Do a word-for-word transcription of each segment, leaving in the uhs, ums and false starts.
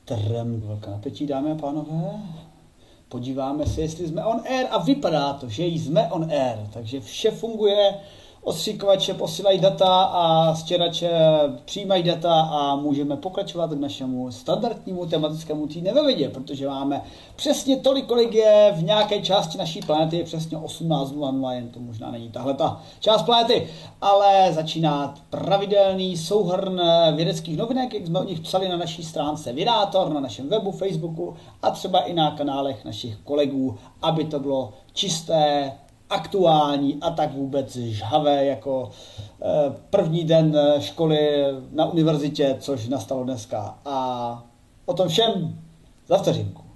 Trem, velká napětí, dámy a pánové. Podíváme se, jestli jsme on air a vypadá to, že jsme on air, takže vše funguje. Ostříkovače posílají data a stěrače přijímají data a můžeme pokračovat k našemu standardnímu tematickému týdne ve vědě, protože máme přesně tolik, kolik je v nějaké části naší planety, je přesně osmnáct nula nula, jen to možná není tahle ta část planety, ale začíná pravidelný souhrn vědeckých novinek, jak jsme o nich psali na naší stránce Vědátor, na našem webu, Facebooku a třeba i na kanálech našich kolegů, aby to bylo čisté, aktuální a tak vůbec žhavé jako první den školy na univerzitě, což nastalo dneska. A o tom všem za vteřinku.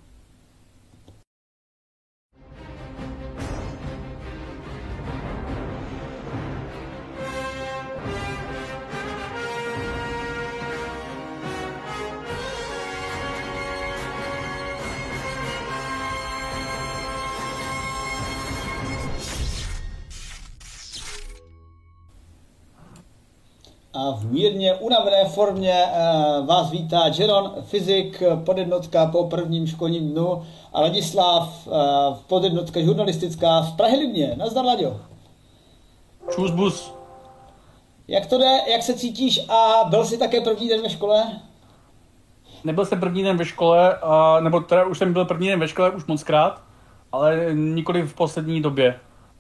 A v mírně unavené formě uh, vás vítá Jeron, fyzik, podjednotka po prvním školním dnu a Ladislav, uh, podjednotka žurnalistická v Prahy Libně. Nazdar, Laďo. Čus bus. Jak to jde, jak se cítíš a byl jsi také první den ve škole? Nebyl jsem první den ve škole, a, nebo teda už jsem byl první den ve škole už mockrát, ale nikoli v poslední době.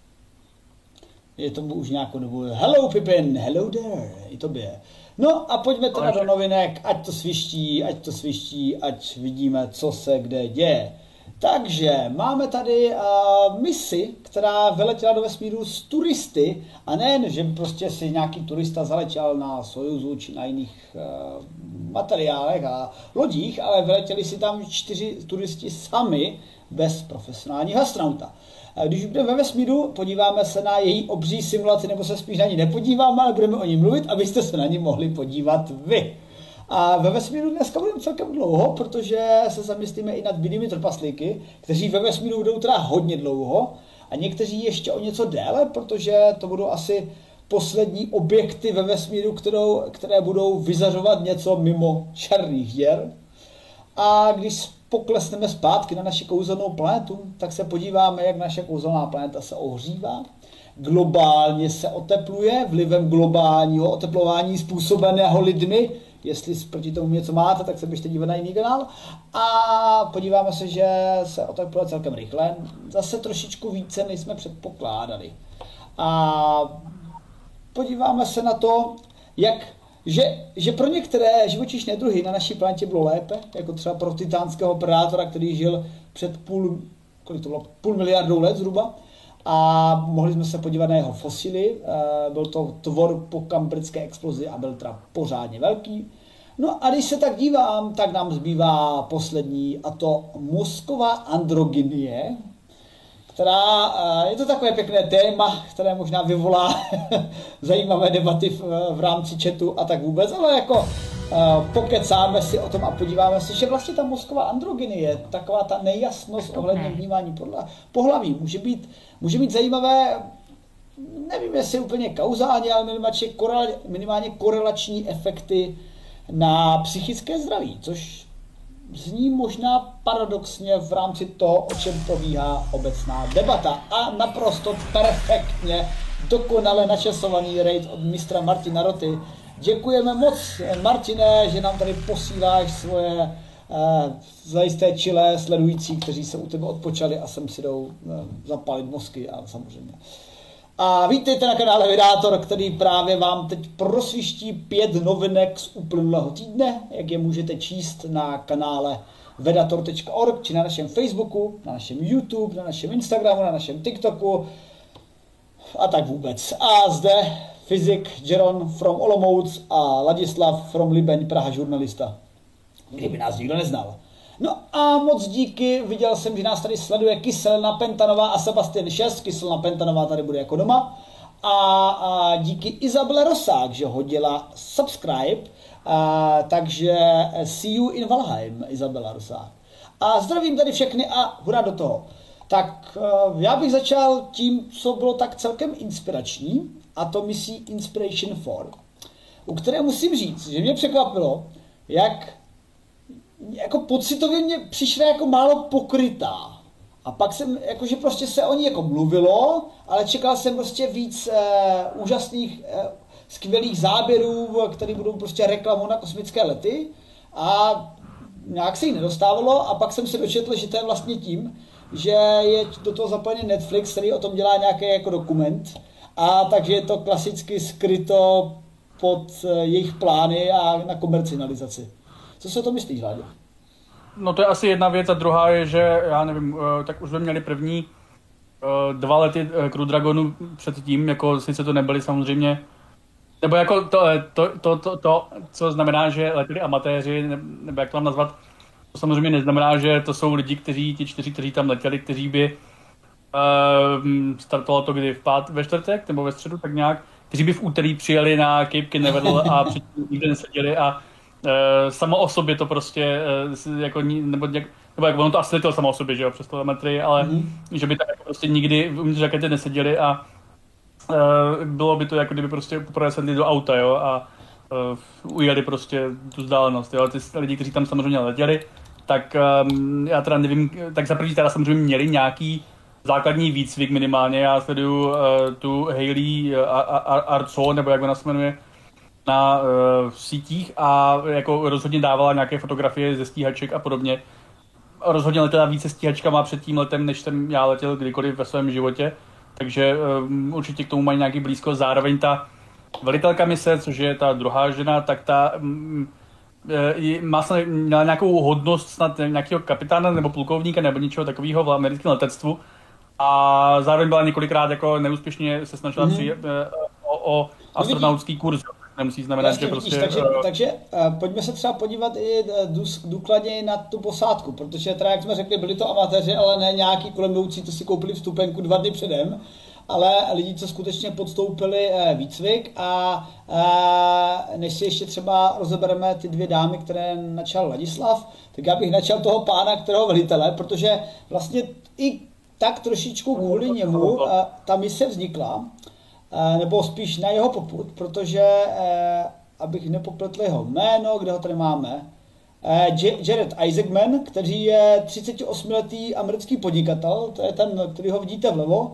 Je tomu už nějakou dobu. Hello Pipin, hello there, i tobě. No a pojďme teda do novinek, ať to sviští, ať to sviští, ať vidíme, co se kde děje. Takže máme tady uh, misi, která vyletěla do vesmíru s turisty a nejen, že by prostě si nějaký turista zaletěl na Sojuzu či na jiných uh, materiálech a lodích, ale vyletěli si tam čtyři turisti sami bez profesionálního astronauta. Když budeme ve vesmíru, podíváme se na její obří simulaci, nebo se spíš na ní nepodíváme, ale budeme o ní mluvit, abyste se na ní mohli podívat vy. A ve vesmíru dneska budeme celkem dlouho, protože se zamyslíme i nad bílými trpaslíky, kteří ve vesmíru budou teda hodně dlouho a někteří ještě o něco déle, protože to budou asi poslední objekty ve vesmíru, kterou, které budou vyzařovat něco mimo černých děr. A když poklesneme zpátky na naši kouzelnou planetu, tak se podíváme, jak naše kouzelná planeta se ohřívá. Globálně se otepluje vlivem globálního oteplování způsobeného lidmi. Jestli proti tomu něco máte, tak se běžte dívat na jiný kanál. A podíváme se, že se otepluje celkem rychle. Zase trošičku více, než jsme předpokládali. A podíváme se na to, jak Že, že pro některé živočišné druhy na naší planetě bylo lépe, jako třeba pro titánského predátora, který žil před půl, kolik to bylo, půl miliardou let zhruba. A mohli jsme se podívat na jeho fosily. Byl to tvor po kambrické explozi a byl teda pořádně velký. No a když se tak dívám, tak nám zbývá poslední, a to mozková androgynie, která, je to takové pěkné téma, které možná vyvolá zajímavé debaty v, v rámci chatu a tak vůbec, ale jako pokecáme si o tom a podíváme se, že vlastně ta mozková androgynie, taková ta nejasnost ohledně vnímání pohlaví, může být, může být zajímavé, nevím jestli úplně kauzálně, ale minimálně, korel, minimálně korelační efekty na psychické zdraví, což zní možná paradoxně v rámci toho, o čem probíhá obecná debata. A naprosto perfektně, dokonale načasovaný raid od mistra Martina Roty. Děkujeme moc, Martine, že nám tady posíláš svoje eh, zajisté čilé sledující, kteří se u tebe odpočali a sem si jdou eh, zapálit mozky a samozřejmě. A vítejte na kanále Vědátor, který právě vám teď prosviští pět novinek z uplynulého týdne, jak je můžete číst na kanále vedator tečka org, či na našem Facebooku, na našem YouTube, na našem Instagramu, na našem TikToku a tak vůbec. A zde fyzik Jeron from Olomouc a Ladislav from Libeň, Praha, žurnalista, kdyby nás nikdo neznal. No a moc díky, viděl jsem, že nás tady sleduje Kyselina Pentanová a Sebastian šest, Kyselina Pentanová tady bude jako doma. A, a díky Izabele Rosák, že hodila subscribe, a, takže see you in Valheim, Izabela Rosák. A zdravím tady všechny a hurá do toho. Tak já bych začal tím, co bylo tak celkem inspirační, a to misí Inspiration čtyři, u které musím říct, že mě překvapilo, jak jako pocitově mě přišla jako málo pokrytá. A pak jsem, jakože prostě se o ní jako mluvilo, ale čekal jsem prostě víc eh, úžasných, eh, skvělých záběrů, které budou prostě reklamou na kosmické lety. A nějak se jí nedostávalo a pak jsem se dočetl, že to je vlastně tím, že je do toho zapojený Netflix, který o tom dělá nějaký jako dokument. A takže je to klasicky skryto pod eh, jejich plány a na komercionalizaci. Co si o to myslíš, Láďo? No to je asi jedna věc a druhá je, že já nevím, tak už jsme měli první dva lety Crew Dragonu předtím, jako sice to nebyly samozřejmě, nebo jako to, to, to, to, to co znamená, že letěli amatéři, nebo jak to mám nazvat, to samozřejmě neznamená, že to jsou lidi, kteří, ti čtyři, kteří tam letěli, kteří by uh, startovalo to kdy v pát, ve čtvrtek nebo ve středu, tak nějak, kteří by v úterý přijeli na Cape Canaveral a předtím nikde neseděli a Uh, samo o sobě to prostě, uh, jako, nebo, nějak, nebo jak ono to asi letělo samo o sobě, že jo, přes telemetrii, ale mm-hmm. že by tak jako prostě nikdy uvnitř rakety neseděli a uh, bylo by to jako kdyby prostě poprvé sedli do auta, jo, a uh, ujeli prostě tu vzdálenost, jo, ty lidi, kteří tam samozřejmě letěli, tak um, já teda nevím, tak za první teda samozřejmě měli nějaký základní výcvik minimálně, já sleduju uh, tu Hayley Arco, nebo jak ona se jmenuje, na uh, sítích a jako rozhodně dávala nějaké fotografie ze stíhaček a podobně. Rozhodně letěla více stíhačkama před tím letem, než jsem já letěl kdykoliv ve svém životě, takže um, určitě k tomu mají nějaký blízko. Zároveň ta velitelka mise, což je ta druhá žena, tak ta um, je, má snad, měla nějakou hodnost snad nějakého kapitána nebo plukovníka nebo něčeho takového v americkém letectvu a zároveň byla několikrát jako neúspěšně se snažila mm. přijít uh, o, o astronautský kurz. Nemusí znamenat, vlastně, že prostě... Vidíš, takže, uh, takže uh, pojďme se třeba podívat i důkladněji na tu posádku, protože teda, jak jsme řekli, byli to amatéři, ale ne nějaký kolem jdoucí, to si koupili vstupenku dva dny předem, ale lidi, co skutečně podstoupili uh, výcvik a uh, než si ještě třeba rozebereme ty dvě dámy, které načal Ladislav, tak já bych načal toho pána, kterého velitele, protože vlastně i tak trošičku kvůli němu uh, ta mise vznikla, nebo spíš na jeho popud, protože, eh, abych nepopletl jeho jméno, kde ho tady máme, eh, Jared Isaacman, který je třicetiosmiletý americký podnikatel, to je ten, který ho vidíte vlevo,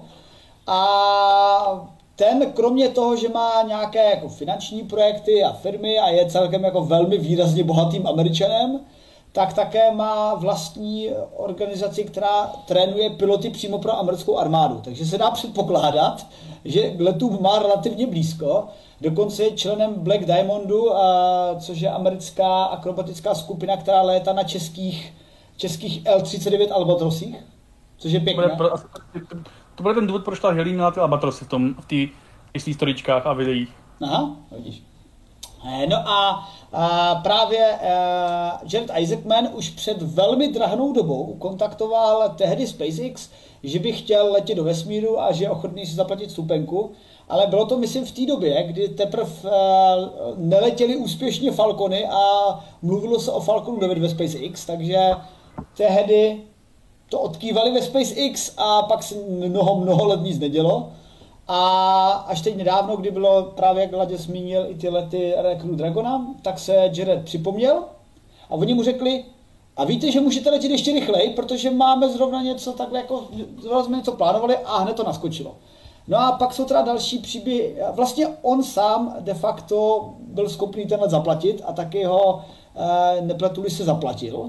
a ten kromě toho, že má nějaké jako finanční projekty a firmy a je celkem jako velmi výrazně bohatým Američanem, tak také má vlastní organizaci, která trénuje piloty přímo pro americkou armádu. Takže se dá předpokládat, že k letům má relativně blízko. Dokonce je členem Black Diamondu, což je americká akrobatická skupina, která létá na českých, českých L třicet devět Albatrosích, což je pěkné. To bude, to bude ten důvod, proč ta Helene měla ty Albatrosy v tom, v těch storičkách a videích. Aha, vidíš. No a, a právě uh, Jared Isaacman už před velmi drahnou dobou kontaktoval tehdy SpaceX, že by chtěl letět do vesmíru a že je ochotný si zaplatit vstupenku, ale bylo to, myslím, v té době, kdy teprve uh, neletěli úspěšně Falcony a mluvilo se o Falconu devět ve SpaceX, takže tehdy to odkývali ve SpaceX a pak se mnoho, mnoho let nic nedělo. A až teď nedávno, kdy bylo právě, jak Ladě zmínil, i ty lety Crew Dragona, tak se Jared připomněl a oni mu řekli, a víte, že můžete letět ještě rychleji, protože máme zrovna něco takhle, jako zrovna jsme něco plánovali a hned to naskočilo. No a pak jsou teda další příběhy. Vlastně on sám de facto byl schopný tenhle zaplatit a taky ho eh, nepletuli se zaplatil.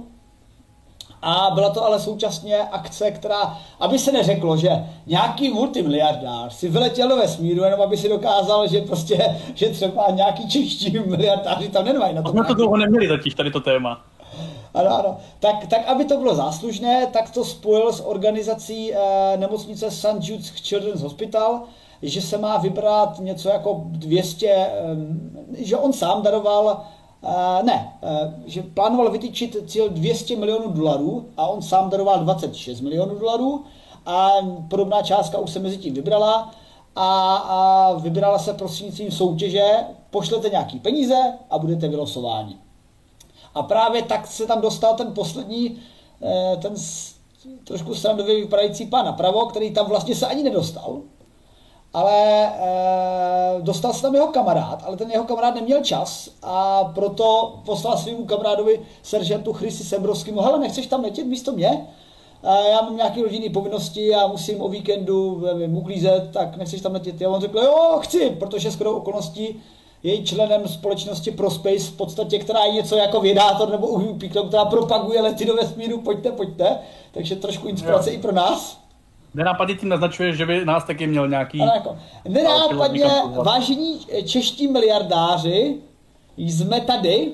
A byla to ale současně akce, která, aby se neřeklo, že nějaký multimiliardář si vyletěl do vesmíru, jenom aby si dokázal, že prostě, že třeba nějaký čeští miliardáři tam nemají na to. Jsme to dlouho neměli totiž tady to téma. Ano, ano. Tak, tak aby to bylo záslužné, tak to spojil s organizací eh, nemocnice Saint Jude's Children's Hospital, že se má vybrat něco jako dvě stě, eh, že on sám daroval Uh, ne, uh, že plánoval vytyčit cíl dvě stě milionů dolarů a on sám daroval dvacet šest milionů dolarů a podobná částka už se mezi tím vybrala a, a vybrala se prostřednictvím soutěže, pošlete nějaký peníze a budete vylosováni. A právě tak se tam dostal ten poslední, uh, ten trošku srandově vypadající pán napravo, který tam vlastně se ani nedostal. ale e, dostal se tam jeho kamarád, ale ten jeho kamarád neměl čas a proto poslal svým kamarádovi seržantu Chrisi Sembrovskému, hele, nechceš tam letět místo mě? E, já mám nějaké rodinné povinnosti a musím o víkendu nevím, uklízet, tak nechceš tam letět? A on řekl, jo, chci, protože shodou okolností je členem společnosti ProSpace, v podstatě, která je něco jako vědátor nebo uhýpík, která propaguje lety do vesmíru, pojďte, pojďte, takže trošku inspirace jo. i pro nás. Nenápadně tím naznačuje, že by nás taky měl nějaký... Jako, nenápadně, vážení čeští miliardáři, jsme tady.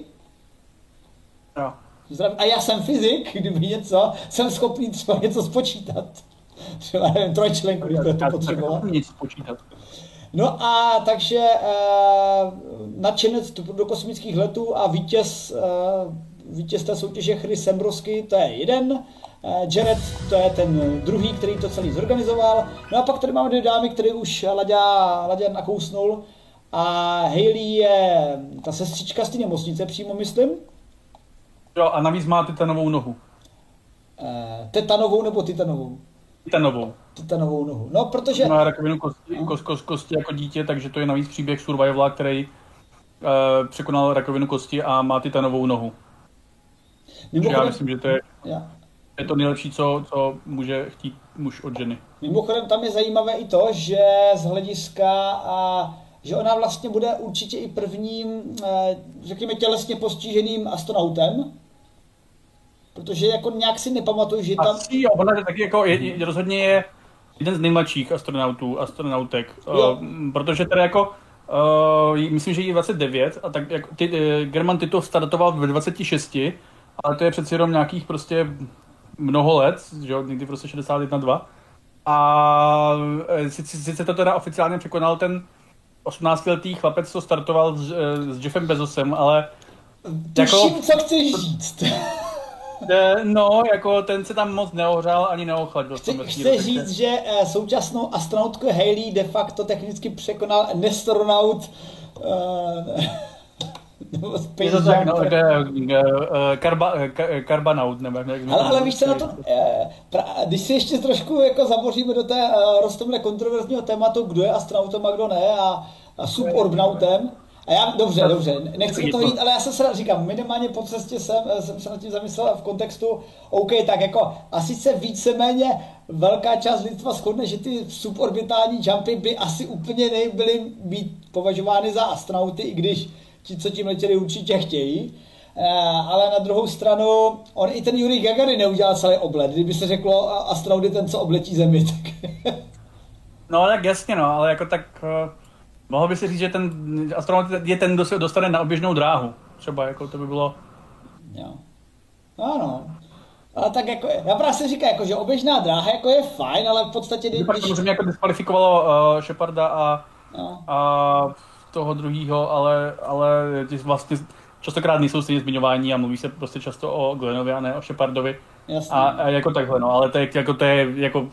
Jo. A já jsem fyzik, kdyby něco, jsem schopný třeba něco spočítat. Třeba nevím, trojčlenku, když to potřeboval. Nic spočítat. No a takže e, nadšenec do kosmických letů a vítěz, e, vítěz té soutěže Chris Sembrovský, to je jeden. Jared, to je ten druhý, který to celý zorganizoval. No a pak tady máme dvě dámy, které už Laďa, Laďa nakousnul. A Hayley je ta sestřička z té nemocnice přímo, myslím. Jo, a navíc má titanovou nohu. E, tetanovou nebo titanovou? Titanovou. Titanovou nohu. No, protože... Má rakovinu kosti, no. kost, kost, kosti jako dítě, takže to je navíc příběh survivala, který e, překonal rakovinu kosti a má titanovou nohu. Mimochodem... Já myslím, že to je... Já. Je to nejlepší, co, co může chtít muž od ženy. Mimochodem tam je zajímavé i to, že z hlediska, a, že ona vlastně bude určitě i prvním, řekněme, tělesně postiženým astronautem. Protože jako nějak si nepamatuju, že tam... Asi jo, ona je taky jako, je, je, rozhodně je jeden z nejmladších astronautů, astronautek. Uh, protože teda jako, uh, myslím, že jí je dvacet devět, a tak jako, ty, uh, German Titov startoval ve dvaceti šesti, ale to je přeci jenom nějakých prostě mnoho let, že jo, někdy prostě šedesát jedna dva. A sice, sice to teda oficiálně překonal ten osmnáctiletý chlapec, co startoval s, s Jeffem Bezosem, ale... Tuším, jako, co chceš říct. No, jako ten se tam moc neohřál ani neochladil. Chci, chci říct, že současnou astronautku Hayley de facto technicky překonal nestronaut uh, nebo je to tak, no, karba, karbanaut, nebo jak ale, ale víš co na to, když si ještě trošku jako zaboříme do té roztomile kontroverzního tématu, kdo je astronautem a kdo ne, a, a suborbnautem, a já, dobře, dobře, nechci to jít, ale já jsem se říkám, minimálně po cestě jsem, jsem se nad tím zamyslel v kontextu, OK, tak jako asi se víceméně velká část lidstva shodne, že ty suborbitální jumpy by asi úplně nebyly být považovány za astronauty, i když ti, co tím letěli, určitě chtějí. Ale na druhou stranu, on i ten Jurij Gagarin neudělal celý oblet. Kdyby se řeklo, astronaut je ten, co obletí Zemi, tak... No tak jasně, no, ale jako tak... Uh, mohl by si říct, že ten astronaut je ten, kdo se dostane na oběžnou dráhu. Třeba, jako to by bylo... Jo. Ano. Ale tak jako, já právě si říkám, jako, že oběžná dráha jako je fajn, ale v podstatě... Když... To samozřejmě jako diskvalifikovalo uh, Sheparda a... No. a toho druhýho, ale, ale vlastně častokrát nejsou stejně zmiňování a mluví se prostě často o Glenovi a ne o Shepardovi. A, a jako takhle, no, ale to je jako, to je jako...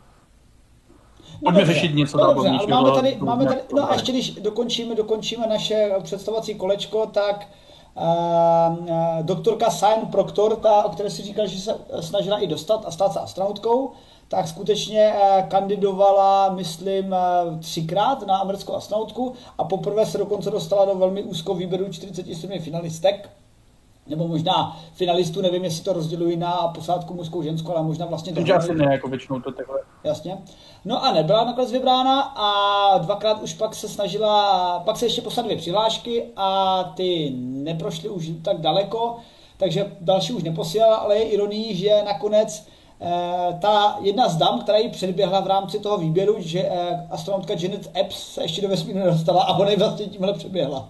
Pojďme no, řešit něco no, zábavnějšího. Máme tady, máme tady, no a ještě když dokončíme, dokončíme naše představovací kolečko, tak uh, uh, doktorka Sian Proctor, ta, o které si říkal, že se snažila i dostat a stát se astronautkou, tak skutečně kandidovala, myslím, třikrát na americkou astronautku a poprvé se dokonce dostala do velmi úzkého výběru čtyřiceti sedmi finalistek. Nebo možná finalistů, nevím, jestli to rozdělují na posádku mužskou, ženskou, ale možná vlastně... Takže asi ne, jako většinou to takhle. Jasně. No a nebyla nakonec vybrána a dvakrát už pak se snažila, pak se ještě poslala dvě přihlášky a ty neprošly už tak daleko, takže další už neposílala, ale je ironií, že nakonec ta jedna z dam, která ji předběhla v rámci toho výběru, že astronautka Janet Epps se ještě do vesmíru nedostala a ona ji vlastně tímhle předběhla.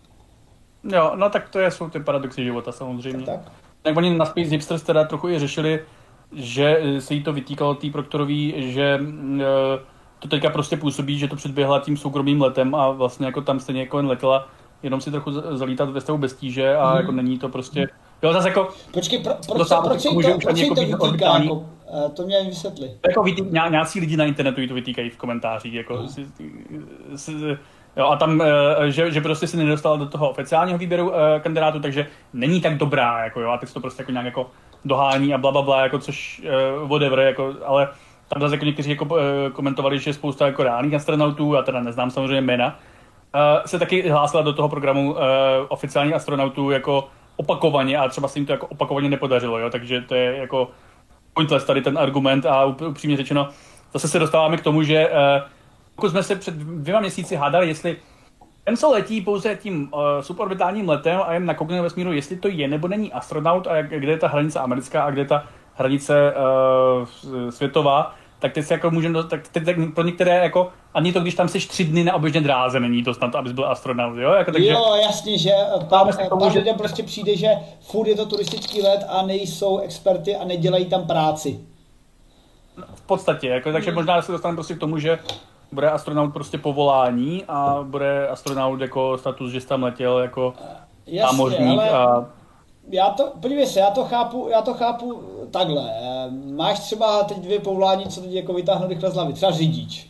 Jo, no tak to je, jsou ty paradoxy života samozřejmě. Tak, tak. Tak oni na Space Hipsters teda trochu i řešili, že se jí to vytýkalo té Proctorový, že to teďka prostě působí, že to předběhla tím soukromým letem a vlastně jako tam stejně jako jen letěla, jenom si trochu zalítat ve stavu bez tíže a mm. jako není to prostě... Jo, zase jako... Počkej, pro, proč, to, proč, to, proč to vytýká? Jako, to mě vysvětli. Jako vytý, ně, nějací lidi na internetu jí to vytýkají v komentářích. Jako, si, si, jo, a tam, že, že prostě se nedostala do toho oficiálního výběru kandidátu, takže není tak dobrá. Jako, jo, a teď to prostě jako nějak jako dohání a blablabla, jako, což whatever, jako, ale tam zase jako někteří jako komentovali, že spousta jako reálných astronautů, a teda neznám samozřejmě jména, se taky hlásila do toho programu oficiálních astronautů jako opakovaně a třeba se jim to jako opakovaně nepodařilo, jo? Takže to je jako pointless tady ten argument a upřímně řečeno, zase se dostáváme k tomu, že pokud jsme se před dvěma měsíci hádali, jestli ten, co letí pouze tím uh, suborbitálním letem a jen nakoukne do vesmíru, jestli to je nebo není astronaut a jak, kde je ta hranice americká a kde je ta hranice uh, světová, tak teď se jako můžeme, tak teď, tak pro některé jako, ani to, když tam seš tři dny na oběžné dráze, není to snad, abys byl astronaut, jo? Jako, takže, jo, jasně, že pár, pár lidem prostě přijde, že furt je to turistický let a nejsou experty a nedělají tam práci. V podstatě, jako, takže možná se dostaneme prostě k tomu, že bude astronaut prostě povolání a bude astronaut jako status, že jsi tam letěl jako námořník a... Já to, podívej se, já to chápu, já to chápu takhle. Máš třeba teď dvě povolání, co teď jako vytáhnu rychle z hlavy, třeba řidič.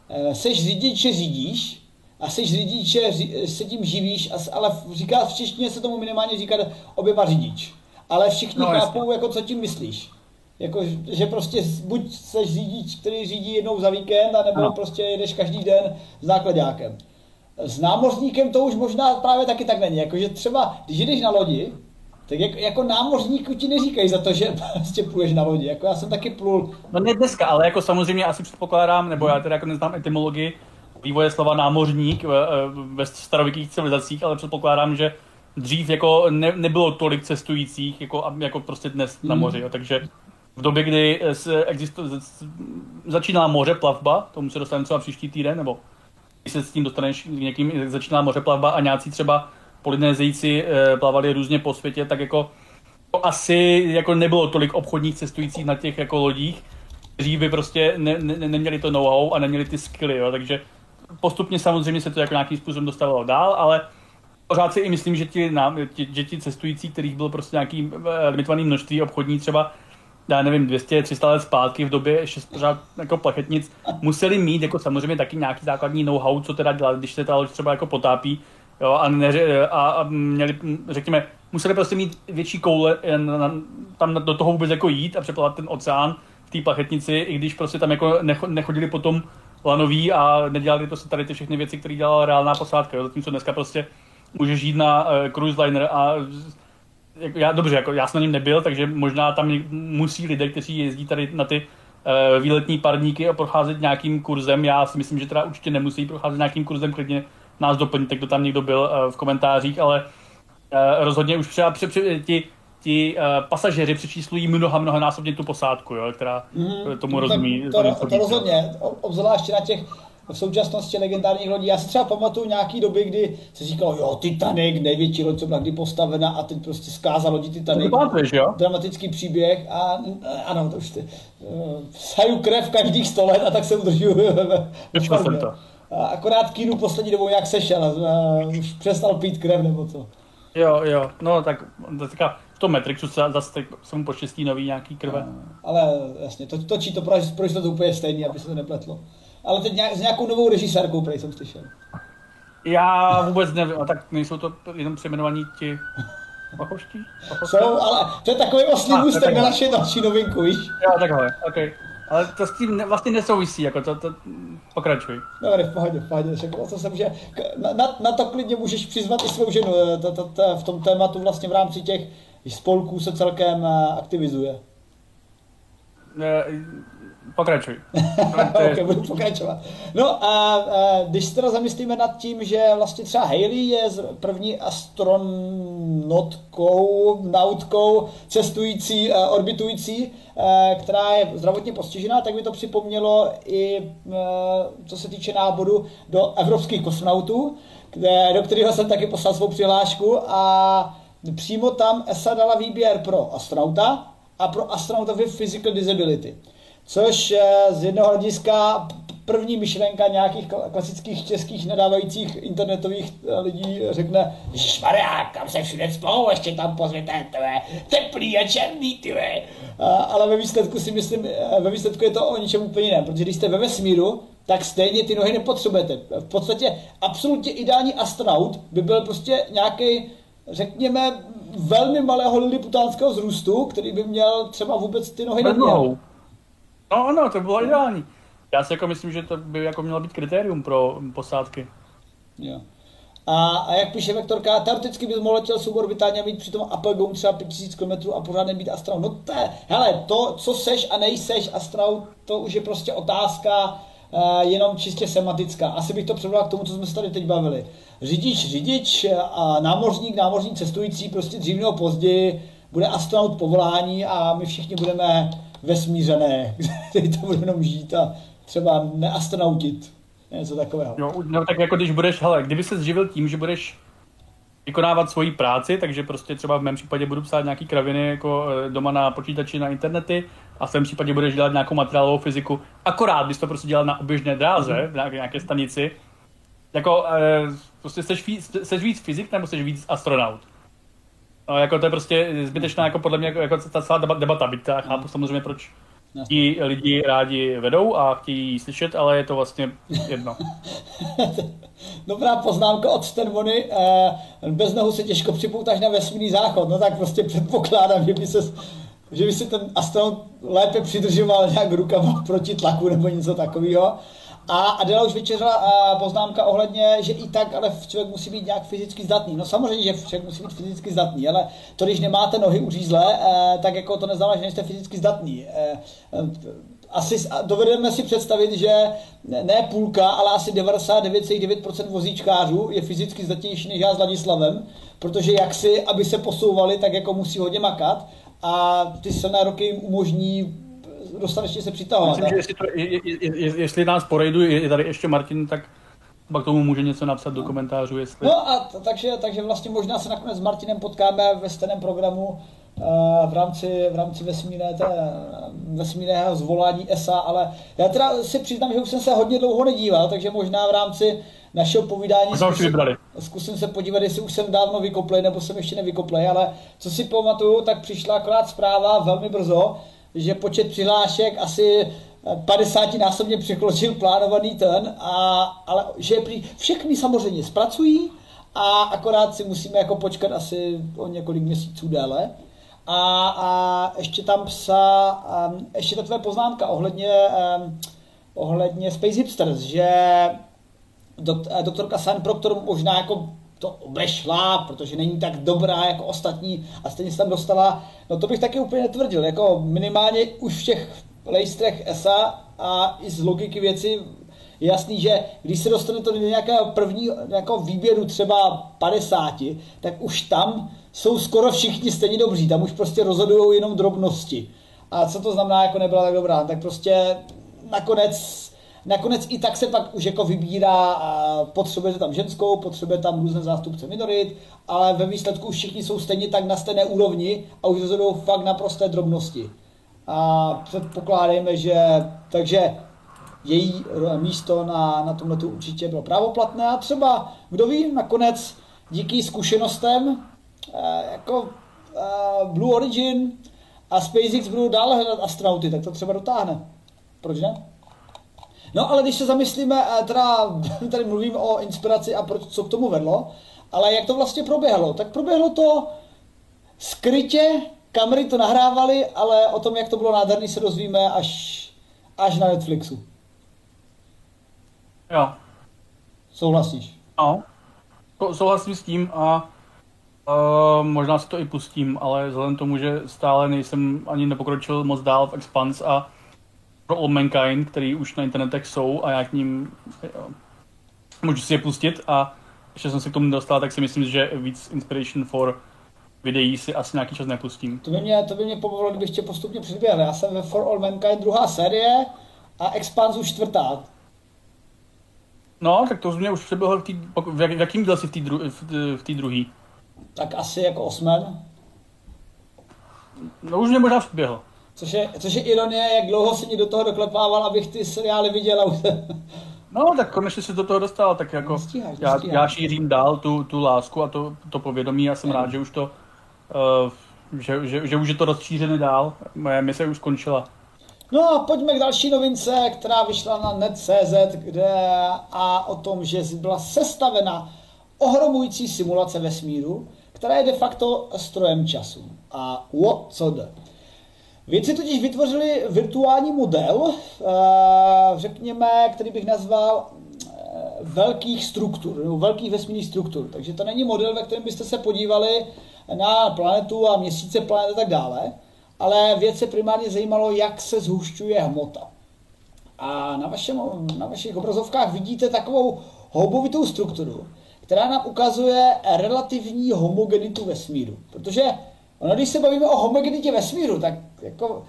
Seš řidič, že řídíš a seš řidič, že se tím živíš, ale říká, v češtině se tomu minimálně říká oběma řidič. Ale všichni no, chápou, jako co tím myslíš. Jako, že prostě buď seš řidič, který řídí jednou za víkend, anebo no. prostě jedeš každý den s nákladákem. S námořníkem to už možná právě taky tak není. Jakože třeba, když jdeš na lodi, tak jako, jako námořníku ti neříkají za to, že prostě pluješ na lodi. Jako já jsem taky plul. No ne dneska, ale jako samozřejmě asi předpokládám, nebo já teda jako neznám etymologii vývoje slova námořník ve starověkých civilizacích, ale předpokládám, že dřív jako ne, nebylo tolik cestujících, jako, jako prostě dnes na moři. Jo. Takže v době, kdy se existu, začínala mořeplavba, tomu se dostaneme třeba příští týden, nebo když se s tím dostaneš někým, začínala mořeplavba a nějací třeba Polynézijci plavali různě po světě, tak jako to asi jako nebylo tolik obchodních cestujících na těch jako lodích, kteří by prostě ne, ne, neměli to know-how a neměli ty skilly, jo. Takže postupně samozřejmě se to jako nějakým způsobem dostalo dál, ale pořád si i myslím, že ti, ti, že ti cestující, kterých bylo prostě nějaký limitovaný množství obchodní, třeba já nevím, dvě stě tři sta let zpátky v době ještě pořád jako plachetnic, museli mít jako samozřejmě taky nějaký základní know-how, co teda dělat, když se ta loď třeba jako potápí, jo, a, neře, a, a měli, řekněme, museli prostě mít větší koule, tam do toho vůbec jako jít a přeplavat ten oceán v té plachetnici, i když prostě tam jako nechodili potom lanoví a nedělali prostě tady ty všechny věci, které dělala reálná posádka, jo, zatímco dneska prostě můžeš jít na uh, cruise liner a jako já, dobře, jako já jsem na něm nebyl, takže možná tam musí lidé, kteří jezdí tady na ty uh, výletní parníky a procházet nějakým kurzem. Já si myslím, že teda určitě nemusí procházet nějakým kurzem, klidně nás doplňte, kdo tam někdo byl uh, v komentářích, ale uh, rozhodně už třeba při, při, ti, ti uh, pasažéři přečíslují mnoha, mnoha násobně tu posádku, jo, která mm, tomu rozumí. To, to, to, to rozhodně, obzvláště na těch v současnosti legendárních lodí. Já si třeba pamatuju nějaký doby, kdy se říkalo, jo, Titanic, největší loď, co byla kdy postavena a teď prostě zkáza lodi Titanic. Jo? Dramatický příběh a ano, to už ty, uh, saju krev každých sto let a tak se udržuju ve formě. Akorát Kínu poslední dobou jak sešel, uh, už přestal pít krev nebo co. Jo, jo, no tak teďka v tom Matrixu zase se mu poštěstí nový nějaký krve. Uh, ale jasně, to, točí to, proč, proč to úplně stejný, aby se to nepletlo. Ale teď nějak, s nějakou novou režisérkou, který jsem slyšel. Já vůbec nevím, a tak nejsou to jenom přejmenovaní ti Pachoští? Jsou, ale to je takový oslý ah, můstek na naši další novinku, víš? Jo, takhle, ok. Ale to s tím vlastně nesouvisí, jako to, to pokračuj. Dobrý, v pohodě, v pohodě. To se může, na, na, na to klidně můžeš přizvat i svou ženu, to, to, to, v tom tématu vlastně v rámci těch spolků se celkem aktivizuje. Pokračuj. Ok, budu pokračovat. No a, a když se teda zamyslíme nad tím, že vlastně třeba Hailey je první astronotkou, nautkou, cestující, orbitující, která je zdravotně postižená, tak by to připomnělo i co se týče náboru do evropských kosmonautů, kde, do kterého jsem taky poslal svou přihlášku a přímo tam E S A dala výběr pro astronauta a pro astronauta with physical disability. Což z jednoho hlediska první myšlenka nějakých klasických českých nadávajících internetových lidí řekne ježišmarja, kam se všude spou, ještě tam pozvěte, tvé, teplý a černý, tvé. Ale ve výsledku si myslím, ve výsledku je to o ničem úplně jiném, protože když jste ve vesmíru, tak stejně ty nohy nepotřebujete. V podstatě absolutně ideální astronaut by byl prostě nějaký, řekněme, velmi malého liliputánského vzrůstu, který by měl třeba vůbec ty nohy neměl. No, no, to bylo ideální. Já si jako myslím, že to by jako mělo být kritérium pro posádky. Jo. A, a jak píše Vektorka, teoreticky bys mohl letěl suborbitálně a mít při tom Apogeu třeba pět tisíc kilometrů a pořád nebýt astronaut. No to je, hele, to, co seš a nejseš astronaut, to už je prostě otázka uh, jenom čistě semantická. Asi bych to předal k tomu, co jsme se tady teď bavili. Řidič, řidič a námořník, námořník cestující, prostě dřív nebo později bude astronaut povolání a my všichni budeme vesmířané, kteří tam budeme jenom žít a třeba neastronautit. Něco takového. Jo, no, tak jako když budeš, hele, kdyby se zživil tím, že budeš vykonávat svoji práci, takže prostě třeba v mém případě budu psát nějaký kraviny jako doma na počítači, na internety a v tom případě budeš dělat nějakou materiálovou fyziku, akorát bys to prostě dělal na oběžné dráze, mm-hmm. v nějaké stanici, jako e, prostě seš, seš víc fyzik nebo seš víc astronaut? No, jako to je prostě zbytečná, jako podle mě, jako, jako ta celá debata, byť já chápu samozřejmě, proč ti lidi rádi vedou a chtějí slyšet, ale je to vlastně jedno. Dobrá poznámka od Stenvony. Bez nohu se těžko připoutáš na vesmírný záchod. No tak prostě předpokládám, že by, se, že by si ten astronaut lépe přidržoval nějak rukama proti tlaku nebo něco takového. A Adela už vyčeřila poznámka ohledně, že i tak, ale člověk musí být nějak fyzicky zdatný. No samozřejmě, že člověk musí být fyzicky zdatný, ale to, když nemáte nohy uřízlé, tak jako to neznamená, že nejste fyzicky zdatný. Asi dovedeme si představit, že ne půlka, ale asi devadesát devět celá devět procent vozíčkářů je fyzicky zdatnější než já s Ladislavem, protože jak si, aby se posouvali, tak jako musí hodně makat a ty silné roky jim umožní dostatečně se přitahovat. Myslím, že jestli, to, je, je, je, jestli nás porejdu, je tady ještě Martin, tak pak tomu může něco napsat do komentářů. Jestli... No a t- takže, takže vlastně možná se nakonec s Martinem potkáme ve stejném programu uh, v rámci, v rámci vesmírné, té, vesmírného zvolání E S A, ale já teda si přiznám, že už jsem se hodně dlouho nedíval, takže možná v rámci našeho povídání zkusím, zkusím se podívat, jestli už jsem dávno vykoplej, nebo jsem ještě nevykoplej, ale co si pamatuju, tak přišla akorát zpráva velmi brzo, že počet přihlášek asi padesátinásobně překročil plánovaný ten, a, ale že prý všechny samozřejmě zpracují a akorát si musíme jako počkat asi o několik měsíců déle. A, a ještě tam psa, um, ještě ta tvoje poznámka ohledně, um, ohledně Space Hipsters, že dok, doktorka San Proctor možná jako to obešla, protože není tak dobrá jako ostatní a stejně se tam dostala, no to bych taky úplně netvrdil, jako minimálně už v těch lejstrech E S A a i z logiky věci je jasný, že když se dostane to do nějakého prvního nějakého výběru třeba padesáti, tak už tam jsou skoro všichni stejně dobří, tam už prostě rozhodují jenom drobnosti. A co to znamená, jako nebyla tak dobrá, tak prostě nakonec Nakonec i tak se pak už jako vybírá, potřebujete tam ženskou, potřebujete tam různé zástupce minorit, ale ve výsledku už všichni jsou stejně tak na stejné úrovni a už rozhodují fakt naprosté drobnosti. A předpokládejme, že takže její místo na, na tomhletu určitě bylo právoplatné a třeba, kdo ví, nakonec díky zkušenostem jako Blue Origin a SpaceX budou dále hledat astronauty, tak to třeba dotáhne. Proč ne? No ale když se zamyslíme, teda tady mluvím o inspiraci a proč, co k tomu vedlo, ale jak to vlastně proběhlo? Tak proběhlo to skrytě, kamery to nahrávaly, ale o tom, jak to bylo nádherný, se dozvíme až, až na Netflixu. Jo. Souhlasíš? No, souhlasím s tím a uh, možná si to i pustím, ale vzhledem k tomu, že stále nejsem ani nepokročil moc dál v Expanse a pro All Mankind, který už na internetech jsou a já k ním jo, můžu si je pustit a ještě jsem se k tomu dostal, tak si myslím, že víc Inspiration for videí si asi nějaký čas nepustím. To by mě, to by mě pobavilo, kdybych tě postupně předběhl. Já jsem ve For All Mankind druhá série a Expanse už čtvrtá. No, tak to mě už přeběhl v, tý, v, jak, v jakým díle jsi v té dru, v druhý? Tak asi jako osmen. No už mě možná předběhl. Což je, což je ironie, jak dlouho si mě do toho doklepával, abych ty seriály viděl. No, tak konečně si do toho dostal, tak jako nestíháš, já, nestíháš. já šířím dál tu, tu lásku a to, to povědomí. Já jsem mm. rád, že už to, uh, že, že, že už je to rozšířené dál. Moje mise už skončila. No a pojďme k další novince, která vyšla na net tečka cé zet, kde a o tom, že byla sestavena ohromující simulace vesmíru, která je de facto strojem času. A o co jde? Vědci totiž vytvořili virtuální model, řekněme, který bych nazval velkých struktur, nebo velkých vesmírných struktur. Takže to není model, ve kterém byste se podívali na planetu a měsíce planet a tak dále, ale vědce primárně zajímalo, jak se zhušťuje hmota. A na, vašem, na vašich obrazovkách vidíte takovou houbovitou strukturu, která nám ukazuje relativní homogenitu vesmíru. Protože ono, když se bavíme o homogenitě vesmíru, tak jako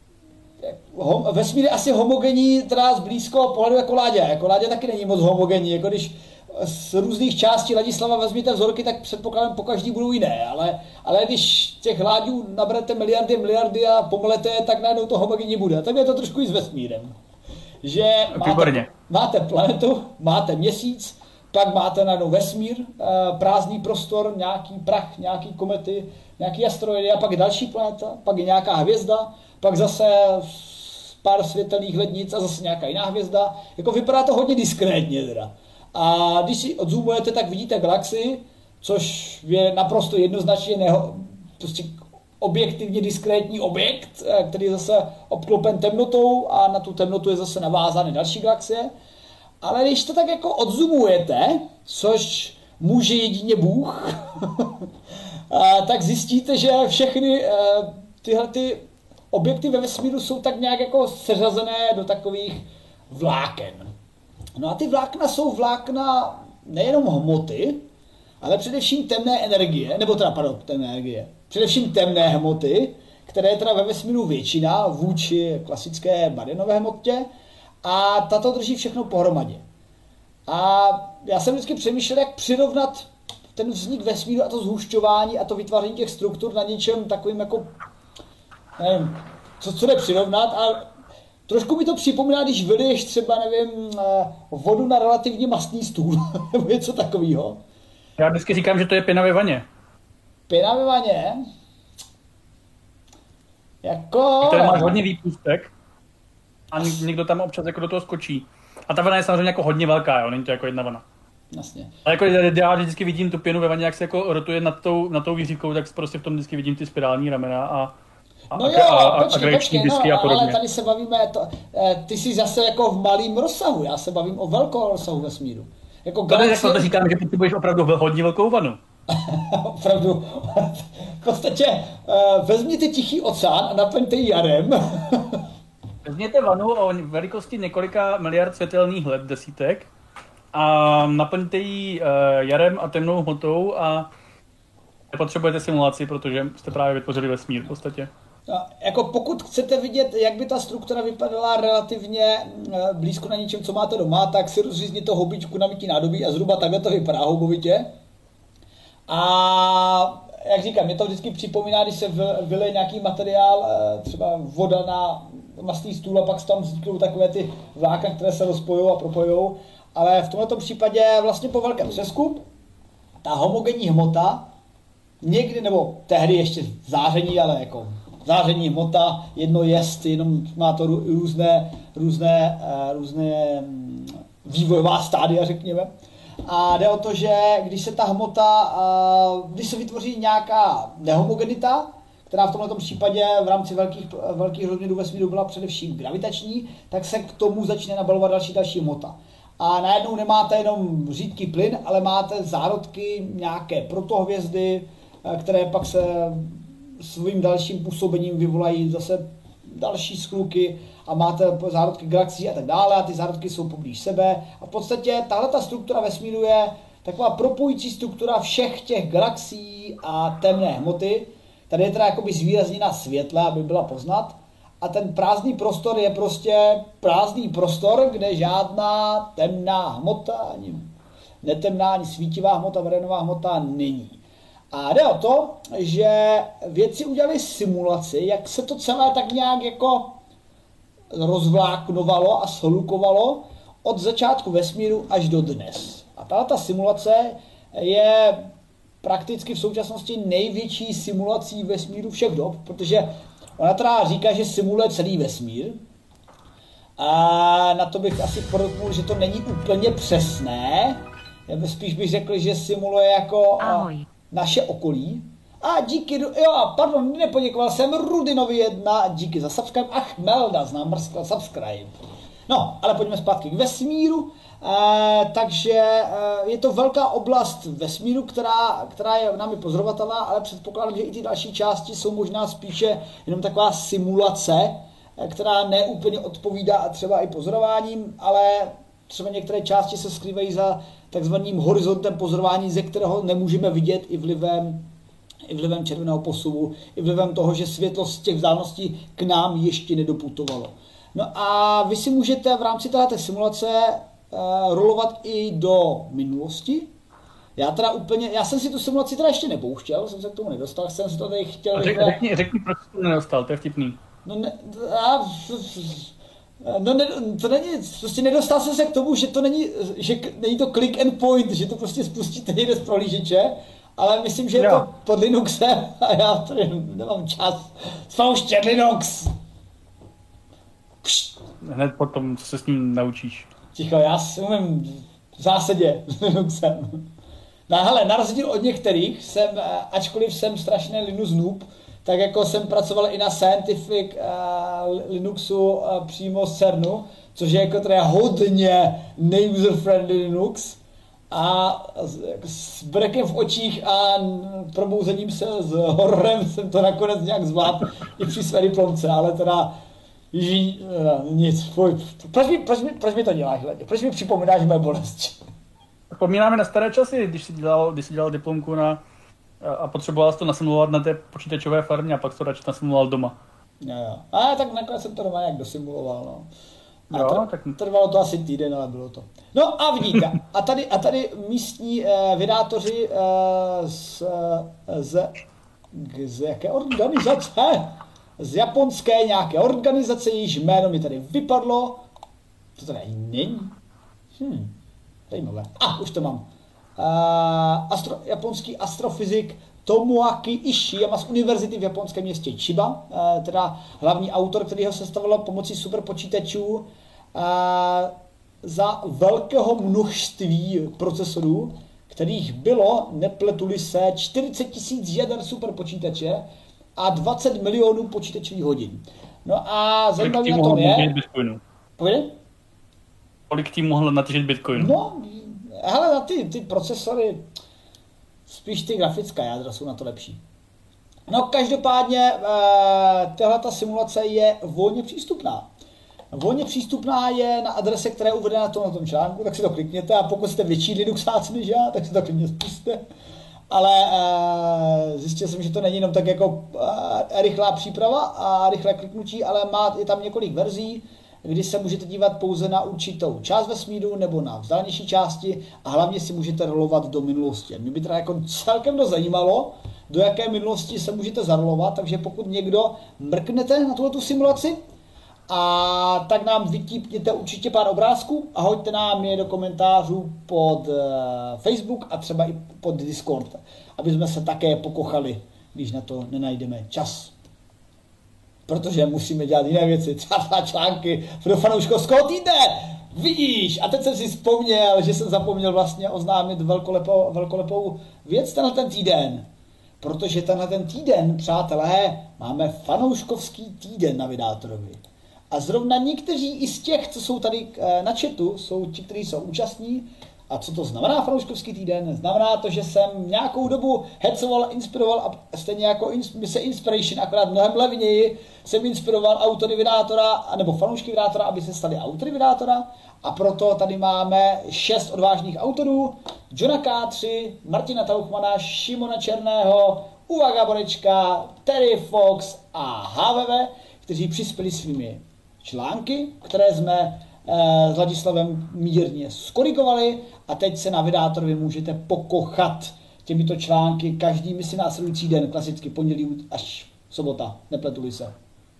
hom, vesmír je asi homogenní teda z blízkého pohledu jako Láďa. Jako Láďa taky není moc homogenní. Jako když z různých částí Ladislava vezmete vzorky, tak předpokládám po každý budou jiné. Ale, ale když těch Láďů naberete miliardy, miliardy a pomelete, tak najednou to homogenní bude. Tak je to trošku i s vesmírem. Že máte, máte planetu, máte měsíc, pak máte najednou vesmír, prázdný prostor, nějaký prach, nějaký komety, nějaký asteroidy a pak je další planeta, pak je nějaká hvězda, pak zase pár světelných lednic a zase nějaká jiná hvězda. Jako vypadá to hodně diskrétně teda. A když si odzoomujete, tak vidíte galaxii, což je naprosto jednoznačně neho, prostě objektivně diskrétní objekt, který je zase obklopen temnotou a na tu temnotu je zase navázány další galaxie. Ale když to tak jako odzoomujete, což může jedině Bůh, tak zjistíte, že všechny tyhle ty objekty ve vesmíru jsou tak nějak jako seřazené do takových vláken. No a ty vlákna jsou vlákna nejenom hmoty, ale především temné energie, nebo teda, pardon, temné energie, především temné hmoty, které je teda ve vesmíru většina vůči klasické barionové hmotě, a tato drží všechno pohromadě. A já jsem vždycky přemýšlel, jak přirovnat ten vznik vesmíru a to zhušťování a to vytváření těch struktur na něčem takovým jako, nevím, co, co jde přirovnat. A trošku mi to připomíná, když vyliješ třeba, nevím, vodu na relativně mastný stůl, nebo něco takového. Já vždycky říkám, že to je pěna ve vaně. Pěna ve vaně? Jako... Tady máš hodně výpustek a někdo tam občas jako do toho skočí. A ta vana je samozřejmě jako hodně velká, jo, není to jako jedna vana. Jasně. Ale jako já vždycky vidím tu pěnu ve vaně, jak se jako rotuje nad tou, nad tou výřivkou, tak prostě v tom vždycky vidím ty spirální ramena a a, no jo, a, počkej, a počkej, disky no, a podobně. Ale tady se bavíme, to, ty jsi zase jako v malém rozsahu, já se bavím o velkou rozsahu vesmíru. Jako galaxie... To říkám, že potřebuješ opravdu hodně velkou vanu. Opravdu. V podstatě vezměte Tichý oceán a naplňte ji jarem. Vezměte vanu o velikosti několika miliard světelných let, desítek, a naplňte ji jarem a temnou hmotou a nepotřebujete simulaci, protože jste právě vytvořili vesmír v podstatě. No, jako pokud chcete vidět, jak by ta struktura vypadala relativně blízko na něčem, co máte doma, tak si rozřízněte houbičku na mytí nádobí a zhruba takhle to vypadá houbovitě. A jak říkám, mě to vždycky připomíná, když se vylije nějaký materiál, třeba voda na mastný stůl a pak tam vzniknou takové ty vlákna, které se rozpojují a propojují. Ale v tomto případě vlastně po velkém přeskup ta homogenní hmota někdy, nebo tehdy ještě záření, ale jako záření hmota, jedno jest, jenom má to různé, různé, různé vývojová stádia, řekněme. A jde o to, že když se ta hmota, když se vytvoří nějaká nehomogenita, která v tomto případě v rámci velkých, velkých rozměrů vesmíru byla především gravitační, tak se k tomu začne nabalovat další další hmota. A najednou nemáte jenom řídký plyn, ale máte zárodky nějaké protohvězdy, které pak se svým dalším působením vyvolají zase další skluky a máte zárodky galaxií a tak dále a ty zárodky jsou poblíž sebe. A v podstatě tahleta struktura vesmíru je taková propojující struktura všech těch galaxií a temné hmoty. Tady je teda jakoby zvýrazněna světle, aby byla poznat. A ten prázdný prostor je prostě prázdný prostor, kde žádná temná hmota, ani netemná, ani svítivá hmota, barionová hmota není. A jde o to, že vědci udělali simulaci, jak se to celé tak nějak jako rozvláknovalo a shlukovalo od začátku vesmíru až do dnes. A tato simulace je prakticky v současnosti největší simulací vesmíru všech dob, protože ona teda říká, že simuluje celý vesmír. A na to bych asi podotknul, že to není úplně přesné. Spíš bych řekl, že simuluje jako Ahoj. naše okolí. A díky, jo, pardon, nepoděkoval jsem Rudinovi jedna, díky za subscribe. Ach, Melda, znám mrskla subscribe. No, ale pojďme zpátky k vesmíru. E, takže e, je to velká oblast vesmíru, která, která je námi pozorovatelná, ale předpokládám, že i ty další části jsou možná spíše jenom taková simulace, která neúplně odpovídá třeba i pozorováním, ale třeba některé části se skrývají za takzvaným horizontem pozorování, ze kterého nemůžeme vidět i vlivem, i vlivem červeného posuvu, i vlivem toho, že světlo z těch vzdáleností k nám ještě nedoputovalo. No a vy si můžete v rámci této simulace uh, rolovat i do minulosti. Já teda úplně, já jsem si tu simulaci teda ještě nepouštěl, jsem se k tomu nedostal, jsem si to tady chtěl... Řek, řekni, řekni, proč jsi to nedostal, to je vtipný. No, ne, já, no ne, to není, prostě nedostal jsem se k tomu, že to není, že není to click and point, že to prostě spustíte někde z prohlížeče, ale myslím, že je jo. to pod Linuxem a já tady nemám čas. Spouštět Linux! Pšt. Hned potom, co se s ním naučíš. Ticho, já si umím v zásadě s Linuxem. No hele, na rozdíl od některých jsem, ačkoliv jsem strašný Linux noob, tak jako jsem pracoval i na Scientific uh, Linuxu uh, přímo z CERNu, což je jako teda hodně neuser-friendly Linux. A s, jako s brekem v očích a probouzením se s hororem jsem to nakonec nějak zvládl i při své diplomce, ale teda Ježí, uh, nic, fuj. Proč mi, proč, mi, proč mi to děláš, hledě? Proč mi připomínáš moje bolesti? Vzpomínáme na staré časy, když jsi dělal, když jsi dělal diplomku na, a potřeboval jsi to nasimulovat na té počítačové farmě a pak to radši nasimuloval doma. Jo, jo. A tak nakonec jsem to doma nějak dosimuloval, no. A jo, tr- tak... trvalo to asi týden, ale bylo to. No a vidíte, a tady, a tady místní eh, vydátoři eh, z, z, z jaké organizace? Z japonské nějaké organizace, jejíž jméno mi tady vypadlo. To tady není. Hm, zajímavé. A, ah, už to mám. Uh, astro, japonský astrofyzik Tomoaki Ishiyama z univerzity v japonském městě Chiba, uh, teda hlavní autor, který ho sestavil pomocí superpočítačů uh, za velkého množství procesorů, kterých bylo, nepletuli se, čtyřicet tisíc jader superpočítače a dvacet milionů počítačových hodin. No a zajímavý na tom je... Povědej? Kolik tím mohl natěžit Bitcoinu? No, hele, na ty, ty procesory, spíš ty grafická jádra jsou na to lepší. No, každopádně tahleta simulace je volně přístupná. Volně přístupná je na adrese, která je uvedena na tom, na tom článku, tak si to klikněte a pokud jste větší Linuxáci než já, tak si to klidně spuste. Ale zjistil jsem, že to není jenom tak jako rychlá příprava a rychlé kliknutí, ale má, je tam několik verzí, kdy se můžete dívat pouze na určitou část vesmíru nebo na vzdálenější části a hlavně si můžete rolovat do minulosti. Mě by teda jako celkem dost zajímalo, do jaké minulosti se můžete zarolovat, takže pokud někdo mrknete na tuhletu simulaci, a tak nám vytípněte určitě pár obrázků a hoďte nám je do komentářů pod Facebook a třeba i pod Discord, aby jsme se také pokochali, když na to nenajdeme čas. Protože musíme dělat jiné věci, třeba články pro fanouškovského týdne. Vidíš, a teď jsem si vzpomněl, že jsem zapomněl vlastně oznámit velkolepou, velkolepou věc tenhle ten týden. Protože tenhle ten týden, přátelé, máme fanouškovský týden na Vydátorovi. A zrovna někteří i z těch, co jsou tady na chatu, jsou ti, kteří jsou účastní. A co to znamená fanouškovský týden? Znamená to, že jsem nějakou dobu hecoval, inspiroval a stejně jako mise Inspiration, akorát mnohem levněji jsem inspiroval autory Vydátora, nebo fanoušky Vydátora, aby se stali autory Vydátora. A proto tady máme šest odvážných autorů. Johna K tři, Martina Tauchmana, Šimona Černého, Uva Gaborečka, Terry Fox a H V V, kteří přispěli svými články, které jsme s Ladislavem mírně skorigovali a teď se na Vydátorovi můžete pokochat těmito články každý, myslím, následující den, klasicky pondělí až sobota, nepletuli se.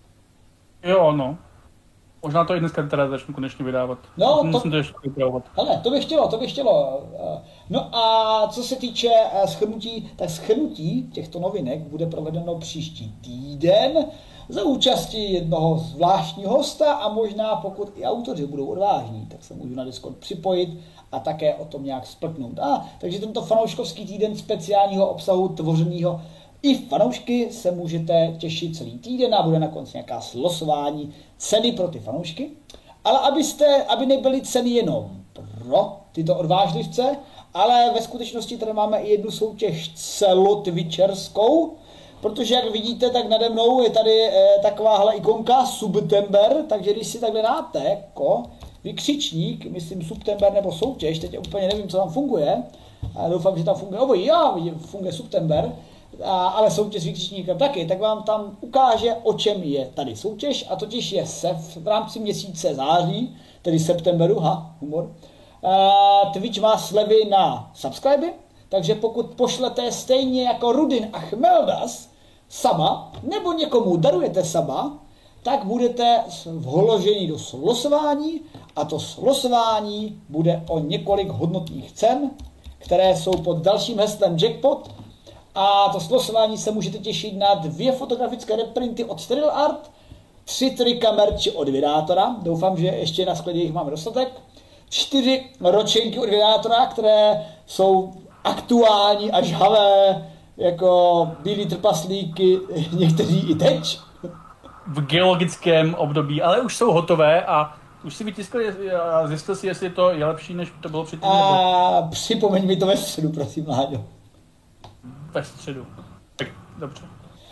Jo, no. Možná to i dneska teda začnu konečně vydávat. No, to, musím to ještě vypravovat. Hele, to bych chtělo, to bych chtělo. No a co se týče shrnutí, tak shrnutí těchto novinek bude provedeno příští týden za účasti jednoho zvláštního hosta a možná pokud i autoři budou odvážní, tak se můžu na Discord připojit a také o tom nějak splknout. A, takže tento fanouškovský týden speciálního obsahu tvořeného I fanoušky se můžete těšit celý týden a bude na konci nějaká slosování ceny pro ty fanoušky. Ale abyste, aby nebyly ceny jenom pro tyto odvážlivce, ale ve skutečnosti tady máme i jednu soutěž celotvičerskou, protože jak vidíte, tak nade mnou je tady e, takováhle ikonka Subtember, takže když si takhle dáte jako vykřičník, myslím Subtember nebo soutěž, teď úplně nevím, co tam funguje, a doufám, že tam funguje obojí, já vidím, funguje Subtember, a, ale soutěž s vykřičníkem taky, tak vám tam ukáže, o čem je tady soutěž, a totiž je se v rámci měsíce září, tedy septemberu, ha, humor, a Twitch má slevy na subscribe, takže pokud pošlete stejně jako Rudin a Chmeldas sama, nebo někomu darujete sama, tak budete vloženi do slosování a to slosování bude o několik hodnotných cen, které jsou pod dalším heslem Jackpot, a to slosování se můžete těšit na dvě fotografické reprinty od Steril Art, tři trika merči od Vydátora, doufám, že ještě na skladě jich máme dostatek, čtyři ročenky od Vydátora, které jsou aktuální a žhavé, jako bílý trpaslíky, někteří i teď. V geologickém období, ale už jsou hotové a už si vytiskli a zjistil si, jestli to je lepší, než to bylo předtím. A nebo... připomeň mi to ve středu, prosím, Láďo. Ve středu. Tak, dobře.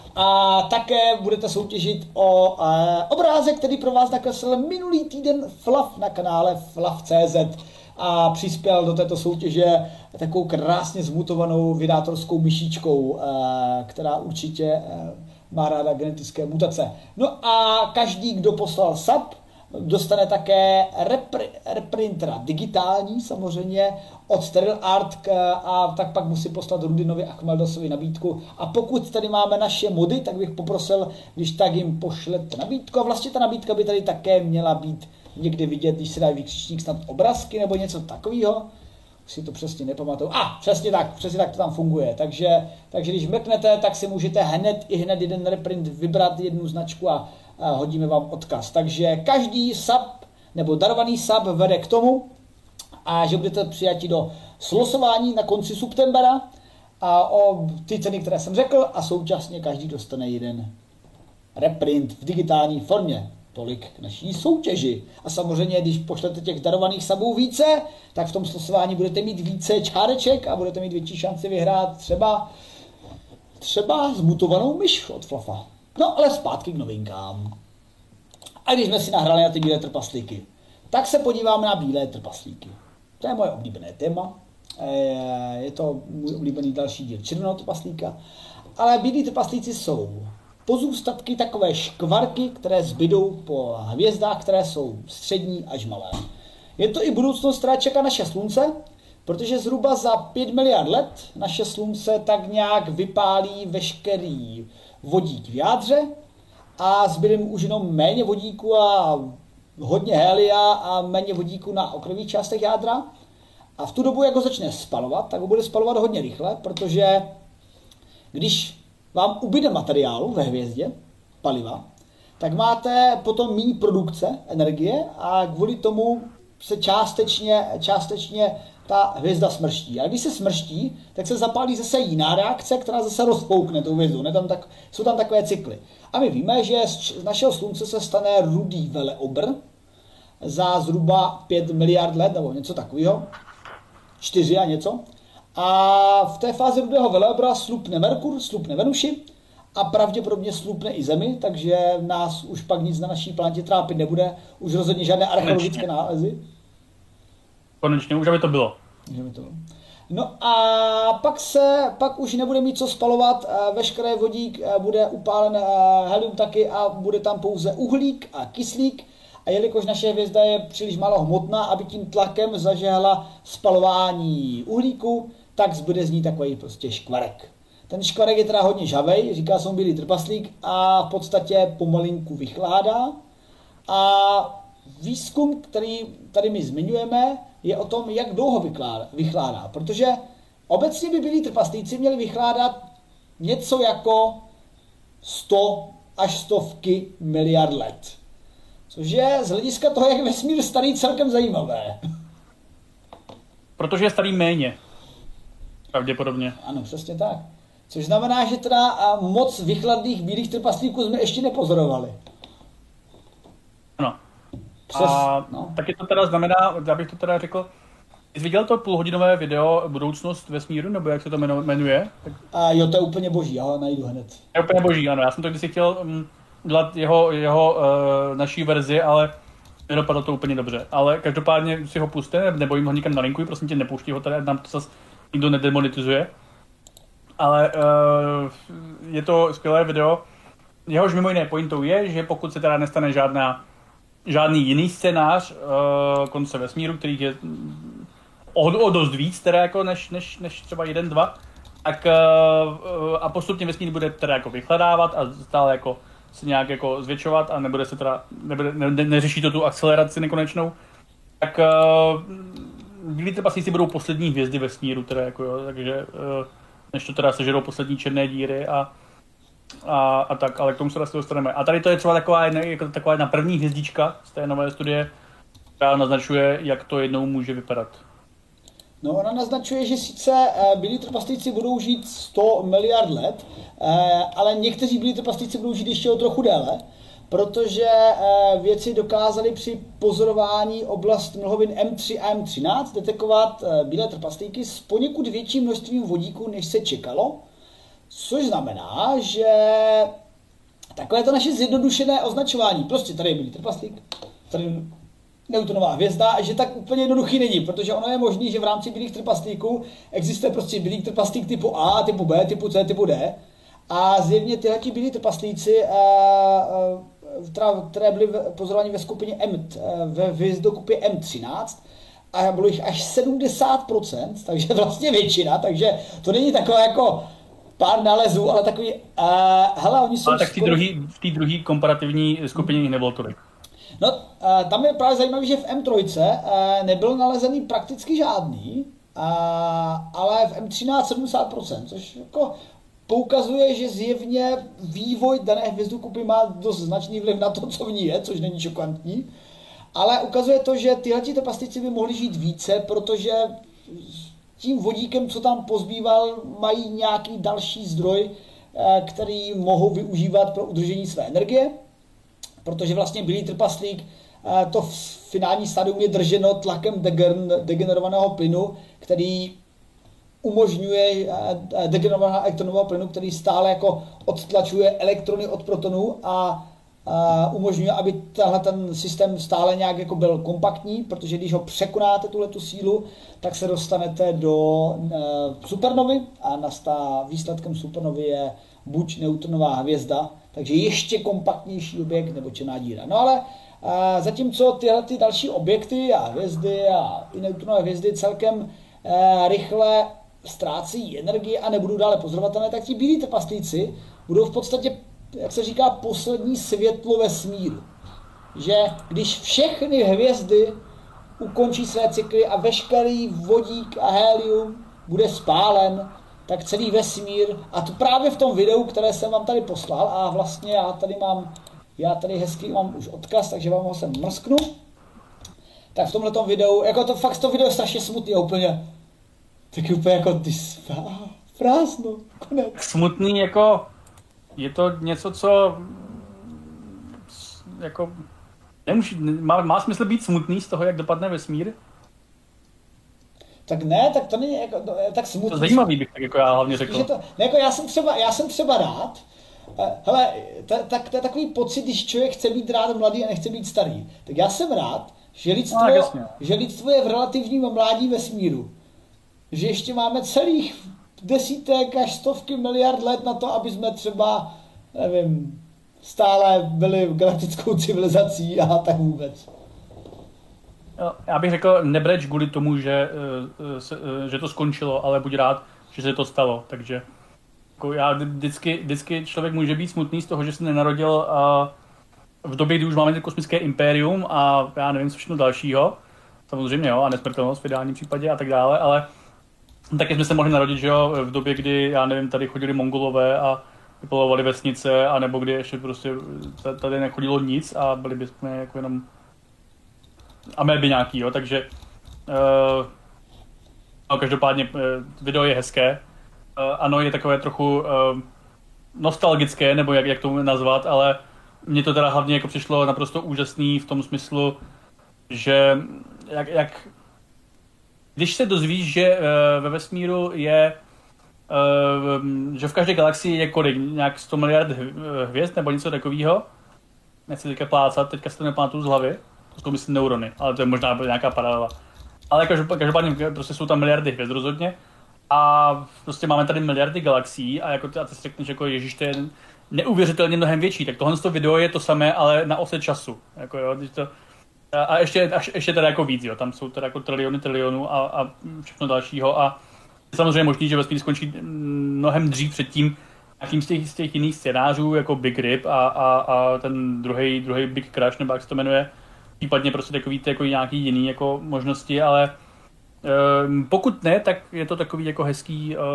A také budete soutěžit o e, obrázek, který pro vás nakreslil minulý týden Flav na kanále Flav tečka cé zet a přispěl do této soutěže takovou krásně zmutovanou vydátorskou myšičkou, e, která určitě e, má ráda genetické mutace. No a každý, kdo poslal sub, dostane také repr- reprintera digitální, samozřejmě, od Steril Art, a tak pak musí poslat Rudinovi a Chmeldasovi nabídku. A pokud tady máme naše mody, tak bych poprosil, když tak jim pošlete nabídku. A vlastně ta nabídka by tady také měla být někdy vidět, když se dá vykřičník snad obrazky nebo něco takového. Už si to přesně nepamatuju. A, ah, přesně tak, přesně tak to tam funguje. Takže, takže když mrknete, tak si můžete hned i hned jeden reprint vybrat, jednu značku a a hodíme vám odkaz. Takže každý sub nebo darovaný sub vede k tomu, a že budete přijati do slosování na konci septembera a o ty ceny, které jsem řekl, a současně každý dostane jeden reprint v digitální formě. Tolik k naší soutěži. A samozřejmě, když pošlete těch darovaných subů více, tak v tom slosování budete mít více čáreček a budete mít větší šanci vyhrát třeba třeba zmutovanou myš od Flafa. No ale zpátky k novinkám. A když jsme si nahráli na ty bílé trpaslíky, tak se podíváme na bílé trpaslíky. To je moje oblíbené téma. Je to můj oblíbený další díl červeného trpaslíka. Ale bílí trpaslíci jsou pozůstatky, takové škvarky, které zbydou po hvězdách, které jsou střední až malé. Je to i budoucnost, která čeká naše slunce, protože zhruba za pět miliard let naše slunce tak nějak vypálí veškerý vodík v jádře a zbyde mu už jenom méně vodíku a hodně helia a méně vodíku na okrajových částech jádra. A v tu dobu, jak ho začne spalovat, tak ho bude spalovat hodně rychle, protože když vám ubyde materiálu ve hvězdě, paliva, tak máte potom méně produkce energie a kvůli tomu se částečně, částečně ta hvězda smrští. A když se smrští, tak se zapálí zase jiná reakce, která zase rozpoukne tu hvězdu. Ne, tam tak, jsou tam takové cykly. A my víme, že z našeho slunce se stane rudý veleobr za zhruba pět miliard let, nebo něco takového. čtyři a něco. A v té fázi rudého veleobra slupne Merkur, slupne Venuši a pravděpodobně slupne i Zemi, takže nás už pak nic na naší planetě trápit nebude. Už rozhodně žádné archeologické nálezy. Konečně, už aby to bylo. To. No a pak se, pak už nebude mít co spalovat, veškeré vodík bude upálen helium taky a bude tam pouze uhlík a kyslík. A jelikož naše hvězda je příliš málo hmotná, aby tím tlakem zažehla spalování uhlíku, tak zbyde z ní takový prostě škvarek. Ten škvarek je teda hodně žavej, říká se mu bílý trpaslík a v podstatě pomalinku vychládá. A výzkum, který tady my zmiňujeme, je o tom, jak dlouho vychládá. Protože obecně by bílí trpaslíci měli vychládat něco jako sto až stovky miliard let. Což je z hlediska toho, jak vesmír starý, celkem zajímavé. Protože je starý méně. Pravděpodobně. Ano, přesně tak. Což znamená, že teda moc vychladných bílých trpaslíků jsme ještě nepozorovali. Ano. Přes, a no. taky to teda znamená, já bych to teda řekl, jsi viděl to půlhodinové video Budoucnost vesmíru, nebo jak se to jmenuje? Tak... A jo, to je úplně boží, já ho najdu hned. Je úplně boží, ano. Já jsem to kdysi chtěl um, dělat jeho, jeho uh, naší verzi, ale nedopadlo to úplně dobře. Ale každopádně si ho puste, nebo jim ho nikam nalinkuj, prosím tě, nepouští ho tady, nám to zase nikdo nedemonetizuje. Ale uh, je to skvělé video. Jehož mimo jiné pointou je, že pokud se teda nestane žádná, žádný jiný scénář uh, konce vesmíru, který je o, o dost víc teda jako než, než, než třeba jeden, dva, tak uh, a postupně vesmír bude teda jako vychladávat a stále jako se nějak jako zvětšovat a nebude se teda, nebude, ne, ne, neřeší to tu akceleraci nekonečnou, tak uh, bílí trpaslíci budou poslední hvězdy vesmíru, teda jako jo, takže uh, než to teda sežerou poslední černé díry a, a, a tak, ale k tomu se vlastně dostaneme. A tady to je třeba taková jedna, jako taková jedna první hvězdička z té nové studie, která naznačuje, jak to jednou může vypadat. No, ona naznačuje, že sice bílí trpaslíci budou žít sto miliard let, ale někteří bílí trpaslíci budou žít ještě o trochu déle, protože vědci dokázali při pozorování oblast mlhovin M tři a M třináct detekovat bílé trpaslíky s poněkud větším množstvím vodíku, než se čekalo, což znamená, že takové to naše zjednodušené označování, prostě tady je bílý trpaslík, tady neutronová hvězda, že tak úplně jednoduchý není, protože ono je možné, že v rámci bílých trpaslíků existuje prostě bílý trpaslík typu A, typu B, typu C, typu D. A zjevně tyhle bílí trpaslíci, které byly pozorovány ve skupině M, ve hvězdokupě M třináct, a bylo jich až sedmdesát procent, takže vlastně většina, takže to není takové jako pár nálezů, ale takový, uh, hele, oni jsou... Ale tak v té druhé komparativní skupině jich nebylo tolik. No, tam je právě zajímavé, že v M tři nebyl nalezený prakticky žádný, ale v M třináct sedmdesát procent, což jako poukazuje, že zjevně vývoj dané hvězdokupy má dost značný vliv na to, co v ní je, což není šokantní, ale ukazuje to, že tyhle trpaslíci by mohli žít více, protože tím vodíkem, co tam pozbýval, mají nějaký další zdroj, který mohou využívat pro udržení své energie. Protože vlastně bílý trpaslík, to finální stadium je drženo tlakem degenerovaného plynu, který umožňuje degenerovaného elektronového plynu, který stále jako odtlačuje elektrony od protonů a umožňuje, aby tenhle ten systém stále nějak jako byl kompaktní, protože když ho překonáte tuhletu sílu, tak se dostanete do supernovy a nastá výsledkem supernovy je buď neutronová hvězda, takže ještě kompaktnější objekt nebo černá díra. No ale a, zatímco tyhle ty další objekty a hvězdy a i neutronové hvězdy celkem a, rychle ztrácí energii a nebudou dále pozorovatelné, tak ti bílí trpaslíci budou v podstatě, jak se říká, poslední světlo vesmíru. Že když všechny hvězdy ukončí své cykly a veškerý vodík a helium bude spálen, tak celý vesmír, a to právě v tom videu, které jsem vám tady poslal, a vlastně já tady mám, já tady hezky mám už odkaz, takže vám ho sem mrsknu, tak v tomhletom videu, jako to fakt to video je strašně smutný a úplně, taky úplně jako ty prázdno, konec. Smutný jako, je to něco, co jako, nemusí, má, má smysl být smutný z toho, jak dopadne vesmír? Tak ne, tak to není jako, tak smutný. To zajímavý bych tak jako já hlavně řekl. To, ne, jako já jsem třeba, já jsem třeba rád, hele, tak to je takový pocit, když člověk chce být rád mladý a nechce být starý. Tak já jsem rád, že lidstvo, no, že lidstvo je v relativním mládí vesmíru. Že ještě máme celých desítek až stovky miliard let na to, aby jsme třeba, nevím, stále byli galaktickou civilizací a tak vůbec. Já bych řekl, nebreč kvůli tomu, že, že to skončilo, ale buď rád, že se to stalo. Takže jako já vždycky, vždycky člověk může být smutný z toho, že se nenarodil v době, kdy už máme to kosmické impérium a já nevím, co všechno dalšího. Samozřejmě jo, a nesmrtelnost v ideálním případě a tak dále, ale taky jsme se mohli narodit, že jo, v době, kdy, já nevím, tady chodili Mongolové a vypalovali vesnice, anebo kdy ještě prostě tady nechodilo nic a byli bychom jako jenom améby nějaký, jo, takže uh, no, každopádně uh, video je hezké ano, je takové trochu uh, nostalgické, nebo jak, jak to nazvat, ale mně to teda hlavně jako přišlo naprosto úžasný v tom smyslu, že jak, jak když se dozvíš, že uh, ve vesmíru je, uh, že v každé galaxii je kolik, nějak sto miliard hvězd nebo něco takového, nechci teďka plácat, teďka si to nepamatuju z hlavy, to jsou myslím neurony, ale to je možná nějaká paralela. Ale každopádně prostě jsou tam miliardy hvězd rozhodně a prostě máme tady miliardy galaxií a jako ty, a ty si řekneš, jako ježiš, to je neuvěřitelně mnohem větší, tak tohle to video je to samé, ale na ose času, jako jo, když to, a, a ještě, a ještě teda jako víc, jo, tam jsou teda jako triliony trilionů a, a všechno dalšího a je samozřejmě možný, že vesmír skončí mnohem dřív před tím, nějakým z těch, z těch jiných scénářů, jako Big Rip a, a, a ten druhý druhý Big Crash, nebo jak se to jmenuje, případně prostě takový ty jako nějaký jiný jako možnosti, ale e, pokud ne, tak je to takový jako hezký, e,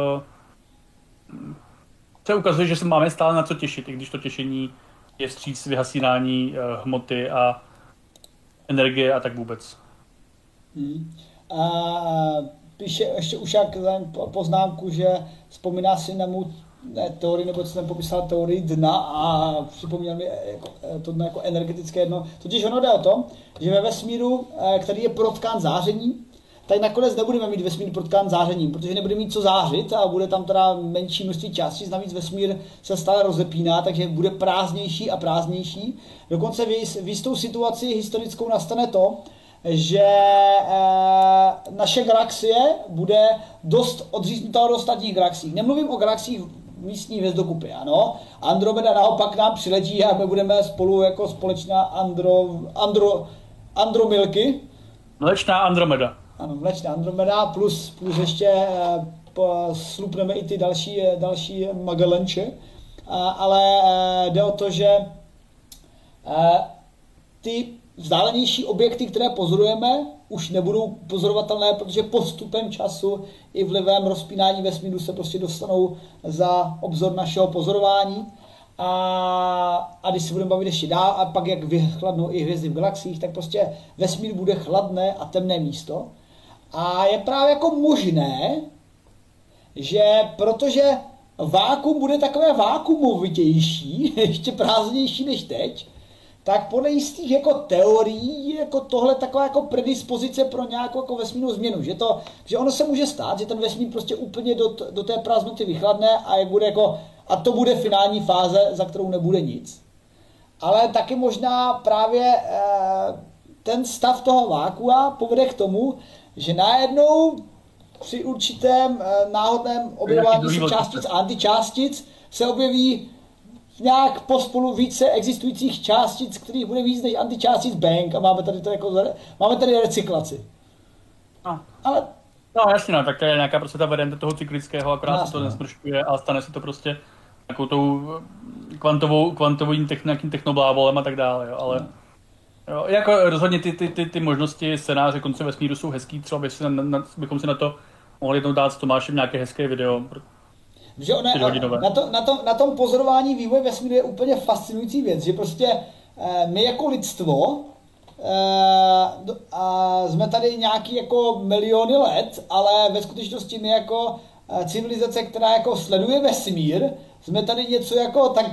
se ukazuje, že se máme stále na co těšit, i když to těšení je vstříc vyhasínání e, hmoty a energie a tak vůbec. Hmm. A píše ještě Ušák poznámku, že vzpomíná si na mou ne, teorii, nebo co jsem popísal, teorii dna a připomněl mi jako, to dno jako energetické jedno. Totiž ono jde o to, že ve vesmíru, který je protkán záření, tak nakonec nebudeme mít vesmír protkán zářením, protože nebude mít co zářit a bude tam teda menší množství částic, navíc vesmír se stále rozepíná, takže bude prázdnější a prázdnější. Dokonce v jistou situaci historickou nastane to, že e, naše galaxie bude dost odříznutá od ostatních galaxií. Nemluvím o galaxiích místní hvězdokupy, ano. Andromeda naopak nám přiletí a my budeme spolu jako společná andro, andro, andromilky. Mlečná Andromeda. Ano, mlečná Andromeda, plus, plus ještě e, slupneme i ty další, další Magellanče. A, ale e, jde o to, že e, ty vzdálenější objekty, které pozorujeme, už nebudou pozorovatelné, protože postupem času i vlivem rozpínání vesmíru se prostě dostanou za obzor našeho pozorování. A, a když se budeme bavit ještě dál, a pak jak vychladnou i hvězdy v galaxiích, tak prostě vesmír bude chladné a temné místo. A je právě jako možné, že protože vákuum bude takové vákuumovitější, ještě prázdnější než teď, tak podle jistých jako teorií jako tohle taková jako predispozice pro nějakou jako vesmírnou změnu, že, to, že ono se může stát, že ten vesmír prostě úplně do, do té prázdnoty vychladne a, jak bude jako, a to bude finální fáze, za kterou nebude nic. Ale taky možná právě e, ten stav toho vákua povede k tomu, že najednou při určitém e, náhodném objevování se částic a antičástic se objeví nějak pospolu více existujících částic, kterých bude víc než antičástic bank a máme tady to jako, máme tady recyklaci. No. Ale... No jasně, no, tak to je nějaká prostě ta varianta toho cyklického, akorát no, se to nesmršťuje a stane se to prostě nějakou tou kvantovou, kvantovým techn, technoblábolem a tak dále, jo, ale no. Jo, jako rozhodně ty, ty, ty, ty možnosti scénáře konce vesmíru jsou hezký, třeba by si na, na, bychom si na to mohli jednou dát s Tomášem nějaké hezké video. Že ona, na, to, na, tom, na tom pozorování vývoje vesmíru je úplně fascinující věc, že prostě eh, my jako lidstvo eh, a jsme tady nějaký jako miliony let, ale ve skutečnosti my jako eh, civilizace, která jako sleduje vesmír, jsme tady něco jako tak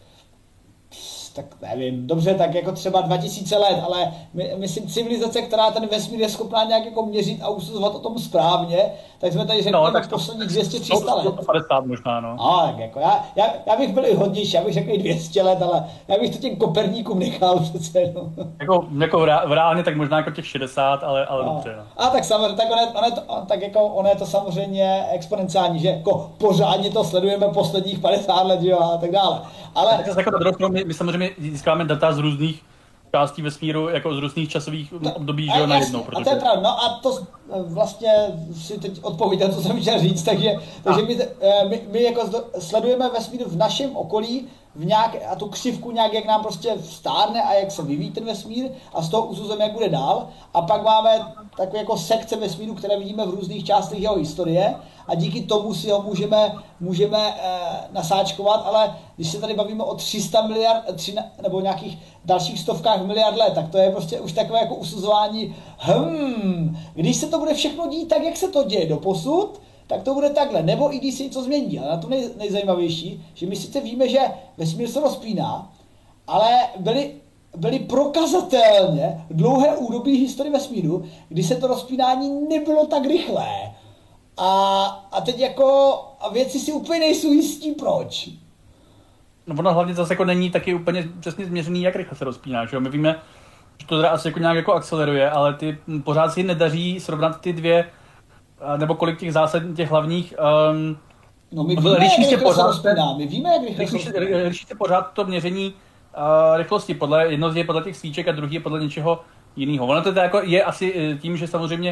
tak nevím, dobře, tak jako třeba dva tisíce let, ale my, myslím civilizace, která ten vesmír je schopná nějak jako měřit a usuzovat o tom správně, tak jsme tady řekli no, tak posledních dvě stě tři sta let. sto padesát možná, no. A, tak jako já, já, já bych byl i hodnější, já bych řekl i dvě stě let, ale já bych to těm Koperníkům nechal přece, no. Jako, jako v reálně tak možná jako těch šedesát, ale, ale a, dobře, no. A tak samozřejmě, tak ono je, ono je to, tak jako ono je to samozřejmě exponenciální, že jako pořádně to sledujeme posledních padesát let, jo, a tak dále. Ale... Tak jako to, my, my samozřejmě získáme data z různých částí vesmíru, jako z různých časových no, období, že jo, najednou. Protože... A to je pravda, no a to vlastně si teď odpovídám, co jsem chtěl říct, takže, takže my, my, my jako sledujeme vesmír v našem okolí, v nějak, a tu křivku nějak, jak nám prostě stárne a jak se vyvíjí ten vesmír a z toho usuzujeme, jak bude dál. A pak máme takové jako sekce vesmíru, které vidíme v různých částech jeho historie a díky tomu si ho můžeme, můžeme e, nasáčkovat, ale když se tady bavíme o tři sta miliard, tři, nebo nějakých dalších stovkách miliard let, tak to je prostě už takové jako usuzování, hmm, když se to bude všechno dít tak, jak se to děje doposud, tak to bude takhle. Nebo i když se něco změní. Ale na to nej, nejzajímavější, že my sice víme, že vesmír se rozpíná, ale byly, byly prokazatelně dlouhé údobí historie vesmíru, kdy se to rozpínání nebylo tak rychlé. A, a teď jako a věci si úplně nejsou jistí proč. No ono hlavně zase jako není taky úplně přesně změřený, jak rychle se rozpíná, že jo? My víme, že to teda asi jako nějak jako akceleruje, ale ty pořád si nedaří srovnat ty dvě, nebo kolik těch zásad, těch hlavních... Um, no my víme, jak rychle pořád, se rozpíná, my víme, jak rychle liší, se liší se pořád to měření uh, rychlosti, podle, jedno je podle těch svíček a druhý je podle něčeho jiného. Ono to jako je asi tím, že samozřejmě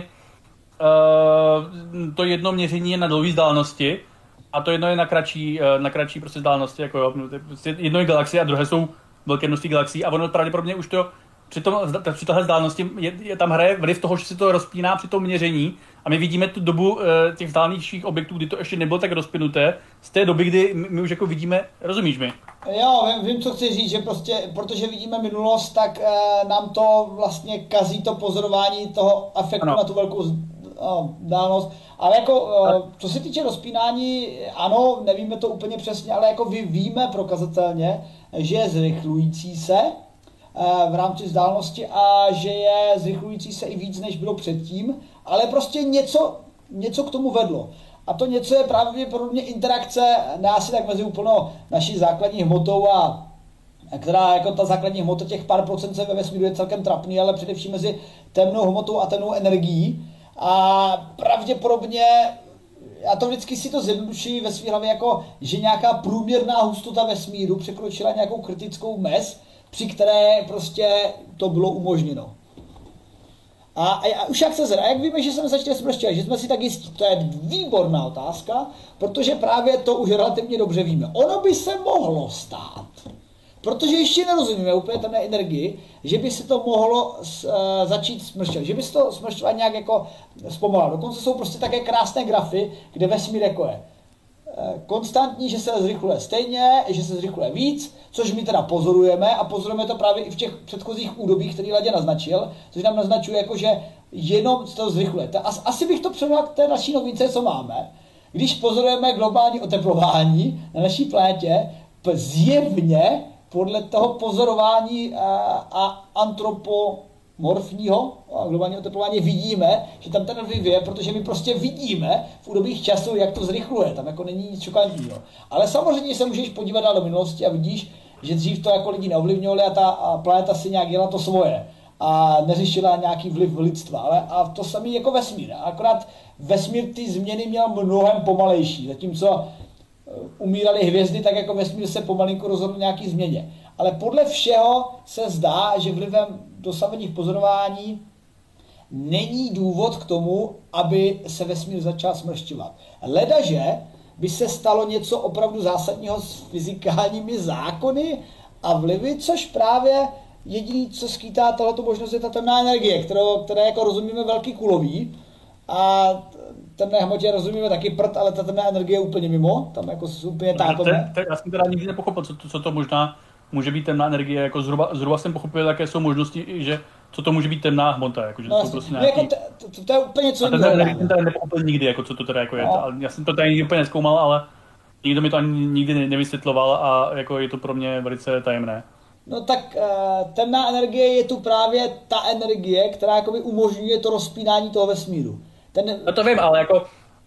uh, to jedno měření je na dlouhé vzdálenosti, a to jedno je na kratší, na kratší prostě vzdálenosti, jako jo, prostě jedno je galaxie a druhé jsou velké množství galaxií a ono pravděpodobně už to při, tom, při téhle vzdálenosti je, je, tam hraje vliv toho, že se to rozpíná při tom měření a my vidíme tu dobu e, těch vzdálenějších objektů, kdy to ještě nebylo tak rozplynuté, z té doby, kdy my, my už jako vidíme, rozumíš mi? Jo, vím, vím, co chci říct, že prostě, protože vidíme minulost, tak e, nám to vlastně kazí to pozorování toho efektu ano. na tu velkou vzdálenost. Ale jako, co se týče rozpínání, ano, nevíme to úplně přesně, ale jako vy víme prokazatelně, že je zrychlující se v rámci vzdálenosti a že je zrychlující se i víc, než bylo předtím, ale prostě něco, něco k tomu vedlo. A to něco je pravděpodobně interakce, ne asi tak mezi úplnou naší základní hmotou a která jako ta základní hmota těch pár procent se ve vesmíru je celkem trapný, ale především mezi temnou hmotou a temnou energií. A pravděpodobně, já to vždycky si to zjednodušuji ve své hlavě jako, že nějaká průměrná hustota vesmíru překročila nějakou kritickou mez, při které prostě to bylo umožněno. A, a, a už jak se zra, jak víme, že jsme začali smršťovat, že jsme si tak jistí, to je výborná otázka, protože právě to už relativně dobře víme. Ono by se mohlo stát, protože ještě nerozumíme úplně temné energii, že by se to mohlo s, uh, začít smršťovat, že by se to smršťovat nějak jako zpomalilo. Dokonce jsou prostě také krásné grafy, kde vesmír jako je uh, konstantní, že se zrychluje stejně, že se zrychluje víc, což my teda pozorujeme a pozorujeme to právě i v těch předchozích údobích, který Ladě naznačil, což nám naznačuje jako, že jenom se to zrychluje. Asi bych to předal k té naší novince, co máme. Když pozorujeme globální oteplování na naší planetě, zjevně podle toho pozorování a antropomorfního a globálního oteplování vidíme, že tam ten vliv je, protože my prostě vidíme v údobích času, jak to zrychluje. Tam jako není nic šokantního. Ale samozřejmě se můžeš podívat dál do minulosti a vidíš, že dřív to jako lidi neovlivňovali a ta planeta si nějak dělala to svoje a neřešila nějaký vliv lidstva. Ale a to samé jako vesmír. Akorát vesmír ty změny měl mnohem pomalejší, zatímco umíraly hvězdy, tak jako vesmír se pomalinku rozhodl nějaký změně. Ale podle všeho se zdá, že vlivem dosavadních pozorování není důvod k tomu, aby se vesmír začal smršťovat. Ledaže by se stalo něco opravdu zásadního s fyzikálními zákony a vlivy, což právě jediný, co skýtá tohleto možnost, je ta temná energie, kterou, které jako rozumíme velký kulový. A temné hmotě rozumíme taky prd, ale ta temná energie je úplně mimo, tam jako jsou úplně tápeme. Já jsem teda nikdy nepochopil, co to, co to možná může být temná energie, jako zhruba, zhruba jsem pochopil, jaké jsou možnosti, že co to může být temná hmota, jako, že no, to, prostě nějaký... jako to, to, to je úplně něco jiného. A ten jsem teda nepochopil nikdy, jako, co to teda jako je, no. Já jsem to tady nikdy úplně nezkoumal, ale nikdo mi to ani nikdy nevysvětloval a jako je to pro mě velice tajemné. No tak uh, temná energie je tu právě ta energie, která jakoby umožňuje to rozpínání toho vesmíru. Ten... No to vím, ale jako,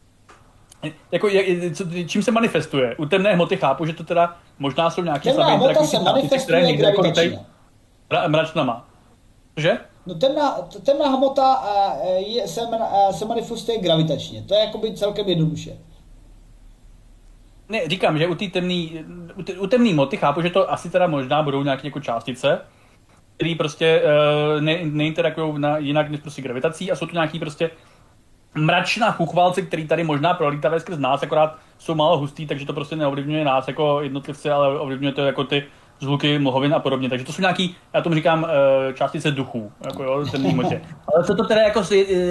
jako čím se manifestuje? U temné hmoty chápu, že to teda možná jsou nějaké slabé interaktivní částice, které někde jako lítají mračnama. Že? No temná, temná hmota uh, je, se, uh, se manifestuje gravitačně, to je jakoby celkem jednoduše. Ne, říkám, že u té temný, u temné hmoty chápu, že to asi teda možná budou nějaké jako částice, které prostě uh, ne, neinterakují na, jinak než prostě gravitací a jsou to nějaký prostě mračná chuchvalce, který tady možná prolítavé skrz nás, akorát jsou málo hustý, takže to prostě neovlivňuje nás jako jednotlivce, ale ovlivňuje to jako ty zvuky mlhovin a podobně. Takže to jsou nějaký, já tomu říkám, částice duchů, jako jo, temný hmotě. Ale co to teda jako,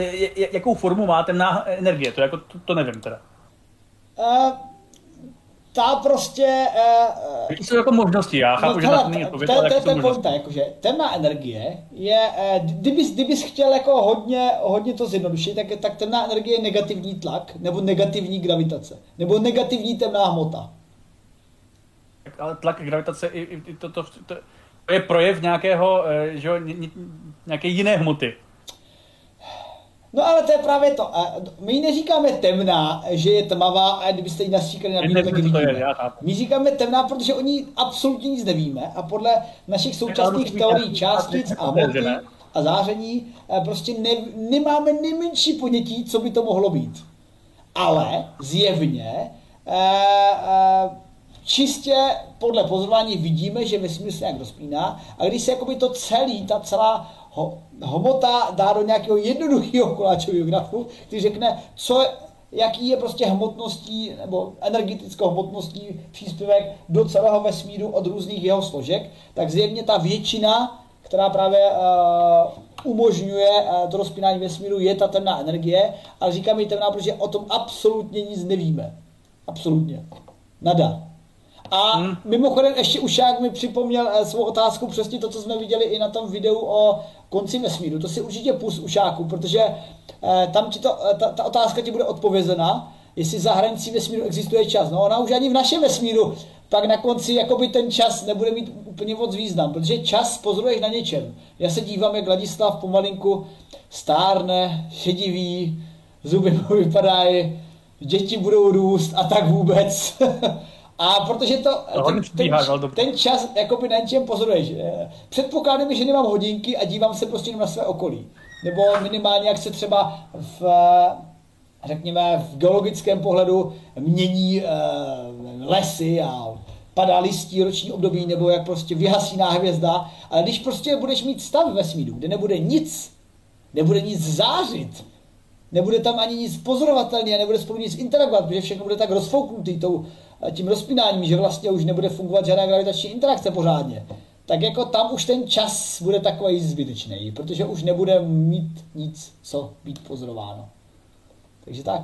jakou formu má temná energie, to jako, to, to nevím teda. Uh, ta prostě... Uh, Jaké jsou jako možnosti? Já chápu, no, že to není odpověď, ale jaké jsou možnosti? Jakože temná energie je, kdybys, kdybys chtěl jako hodně, hodně to zjednodušit, tak, tak temná energie je negativní tlak, nebo negativní gravitace, nebo negativní temná hmota. Tak, ale tlak, gravitace, i, i to, to, to, to je projev nějakého, že jo, nějaké jiné hmoty. No ale to je právě to. My ji neříkáme temná, že je tmavá a kdybyste ji nastříkali na bílou, tak ji vidíme. My říkáme temná, protože o ní absolutně nic nevíme a podle našich současných teorií částic a hmoty a záření prostě ne, nemáme nejmenší ponětí, co by to mohlo být. Ale zjevně eh, eh, čistě podle pozorování vidíme, že vesmír se nějak rozpíná a když se jakoby to celý, ta celá hmota dá do nějakého jednoduchého koláčového grafu, který řekne, co, jaký je prostě hmotností nebo energetickou hmotností příspěvek do celého vesmíru od různých jeho složek, tak zjevně ta většina, která právě uh, umožňuje uh, to rozpínání vesmíru, je ta temná energie, ale říkám ji temná, protože o tom absolutně nic nevíme. Absolutně. Nada. A hmm. mimochodem ještě Ušák mi připomněl svou otázku, přesně to, co jsme viděli i na tom videu o konci vesmíru. To si určitě pust, Ušáku, protože eh, tam ti to, ta, ta otázka ti bude odpovězena, jestli za hranicí vesmíru existuje čas. No ona už ani v našem vesmíru, tak na konci jakoby ten čas nebude mít úplně moc význam, protože čas pozoruješ na něčem. Já se dívám, jak Ladislav pomalinku stárne, šedivý, zuby mu vypadají, děti budou růst a tak vůbec. A protože to, ten, ten, ten čas jakoby na něčem pozoruješ. Předpokládám, že nemám hodinky a dívám se prostě na své okolí. Nebo minimálně, jak se třeba v, řekněme, v geologickém pohledu mění lesy a padá listí roční období, nebo jak prostě vyhasíná hvězda. Ale když prostě budeš mít stav vesmíru, kde nebude nic, nebude nic zářit, nebude tam ani nic pozorovatelný a nebude spolu nic interagovat, protože všechno bude tak rozfouknutý tou, tím rozpínáním, že vlastně už nebude fungovat žádná gravitační interakce pořádně. Tak jako tam už ten čas bude takový zbytečný, protože už nebude mít nic, co být pozorováno. Takže tak.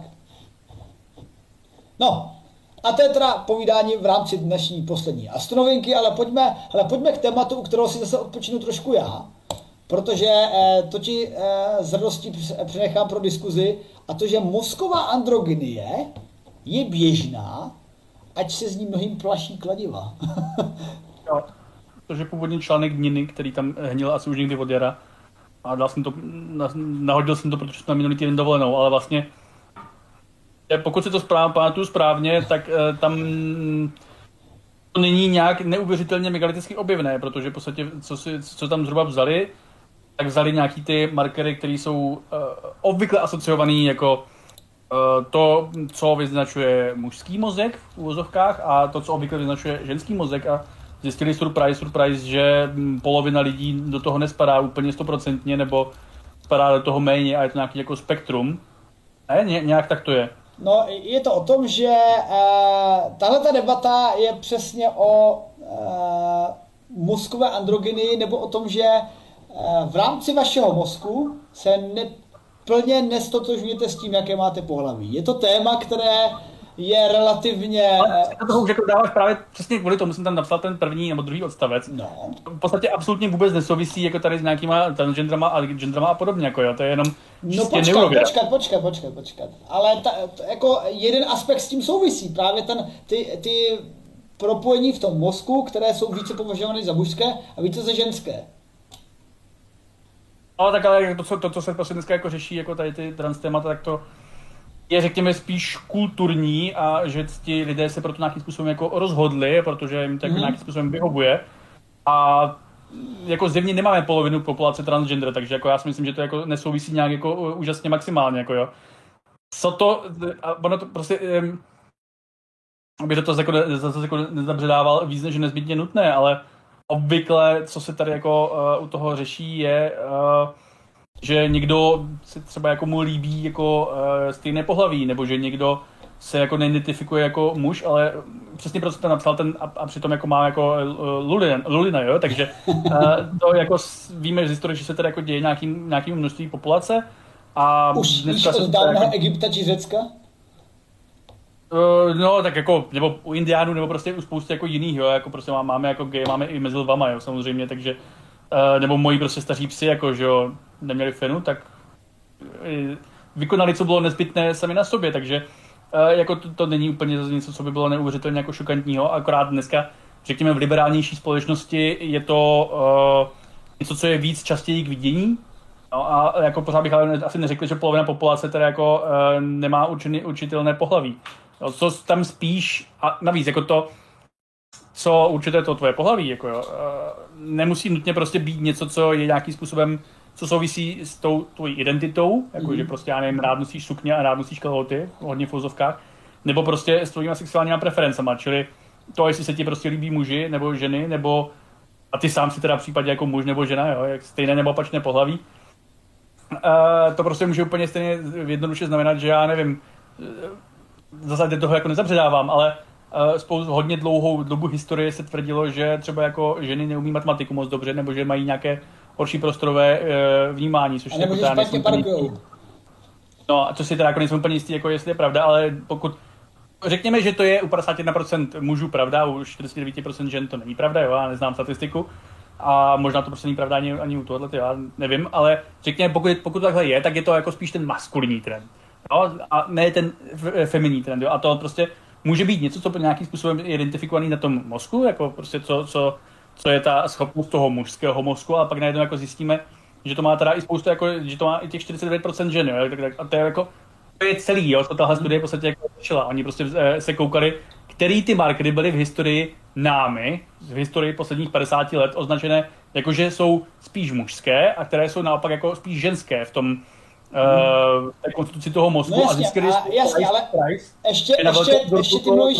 No, a to je teda povídání v rámci dnešní poslední astronovinky, ale pojďme, ale pojďme k tématu, u kterého si zase odpočinu trošku já. Protože eh, to ti eh, z radosti přenechám pro diskuzi, a to, že mozková androgynie je běžná, ať se z ní mnohým plaší kladiva. Jo, protože původní článek Dniny, který tam hnil asi už někdy od jara, a dal jsem to, nahodil jsem to, protože jsem na minulý týden dovolenou, ale vlastně, pokud si to správ, pamatuju správně, tak eh, tam to není nějak neuvěřitelně megaliticky objevné, protože v podstatě, co, si, co tam zhruba vzali, tak vzali nějaký ty markery, které jsou uh, obvykle asociované jako uh, to, co vyznačuje mužský mozek v úvozovkách a to, co obvykle vyznačuje ženský mozek a zjistili surprise, surprise, že polovina lidí do toho nespadá úplně stoprocentně nebo spadá do toho méně a je to nějaký jako spektrum. Ne, Ně, nějak tak to je. No, je to o tom, že uh, tahle ta debata je přesně o uh, mozkové androgynii nebo o tom, že v rámci vašeho mozku se ne, plně nestotožňujete s tím, jaké máte pohlaví. Je to téma, které je relativně... A toho už jako dáváš právě přesně kvůli tomu, jsem tam napsal ten první nebo druhý odstavec. No. V podstatě absolutně vůbec nesouvisí jako tady s nějakýma transgendrama a gendrama a podobně, jako jo, to je jenom no počkat, počkat, počkat, počkat, počkat. Ale ta, to, jako jeden aspekt s tím souvisí, právě ten, ty, ty propojení v tom mozku, které jsou více považované za mužské a více za ženské. Ale tak ale to, co, to, co se prostě dneska jako řeší, jako tady ty trans témata, tak to je, řekněme, spíš kulturní a že ti lidé se proto nějakým způsobem jako rozhodli, protože jim to jako mm. nějakým způsobem vyhovuje. A jako zjevně nemáme polovinu populace transgender, takže jako já si myslím, že to jako nesouvisí nějak jako úžasně maximálně, jako jo. Co to, a ono to prostě, um, aby to jako, zase jako nezabředával víc než nezbytně nutné, ale obvykle, co se tady jako uh, u toho řeší, je, uh, že někdo se třeba jako mu líbí jako uh, stejné pohlaví, nebo že někdo se jako neidentifikuje jako muž, ale přesně proto jsem napsal ten a, a přitom jako má jako uh, Lulina, Lulina, jo, takže uh, to jako víme z historie, že se tady jako děje nějakým, nějakým množství populace a už dneska se od dávného jako... Egypta či Řecka? Uh, no, tak jako, nebo u Indiánů, nebo prostě u spousty jako jiných, jo, jako prostě máme jako gay, máme i mezi lvama, jo, samozřejmě, takže, uh, nebo moji prostě staří psi, jako, že jo, neměli fenu, tak uh, vykonali, co bylo nezbytné sami na sobě, takže uh, jako to, to není úplně něco, co by bylo neuvěřitelně jako šokantního, akorát dneska, řekněme, v liberálnější společnosti je to uh, něco, co je víc častěji k vidění. No a jako pořád bych ale asi neřekl, že polovina populace teda jako uh, nemá určený, určitelné pohlaví. No, co tam spíš, a navíc jako to, co určité to tvoje pohlaví, jako jo, uh, nemusí nutně prostě být něco, co je nějakým způsobem, co souvisí s tou tvojí identitou, jako mm. že prostě já nevím, rád nosíš sukně a rád nosíš kalhoty, hodně v úzovkách, nebo prostě s tvojima sexuálníma preferencema, čili to, jestli se ti prostě líbí muži nebo ženy, nebo a ty sám si teda v případě jako muž nebo žena, jo, jak stejné nebo opačné pohlaví. Uh, to prostě může úplně stejně jednoduše znamenat, že já nevím, zase toho jako nezabředávám, ale uh, spoustu hodně dlouhou dobu historie se tvrdilo, že třeba jako ženy neumí matematiku moc dobře, nebo že mají nějaké horší prostorové uh, vnímání, což a nebo jako že špatně parkujou. No a to si teda jako nejsem úplně jistý, jako jestli je pravda, ale pokud řekněme, že to je u padesát jedna procent mužů pravda, u čtyřicet devět procent žen to není pravda, jo, já neznám statistiku. A možná to prostě není pravda ani, ani u tohohle, já nevím, ale řekněme, pokud, pokud to takhle je, tak je to jako spíš ten maskulinní trend. Jo? A ne ten feminní trend. Jo? A to prostě může být něco, co nějakým způsobem je identifikovaný na tom mozku, jako prostě co, co, co je ta schopnost toho mužského mozku, a pak najednou jako zjistíme, že to má teda i spoustu, jako, že to má i těch čtyřicet devět procent žen. Jo? Tak, tak, a to je jako, to je celý, jo? To tahle studie v podstatě jako začala. Oni prostě se koukali, který ty markery byly v historii námi, v historii posledních padesáti let označené jako, že jsou spíš mužské a které jsou naopak jako spíš ženské v tom uh, té konstituci toho mozku. No jasně, a zjistili, a jasně, ale ještě, ještě, ještě ty mluvíš,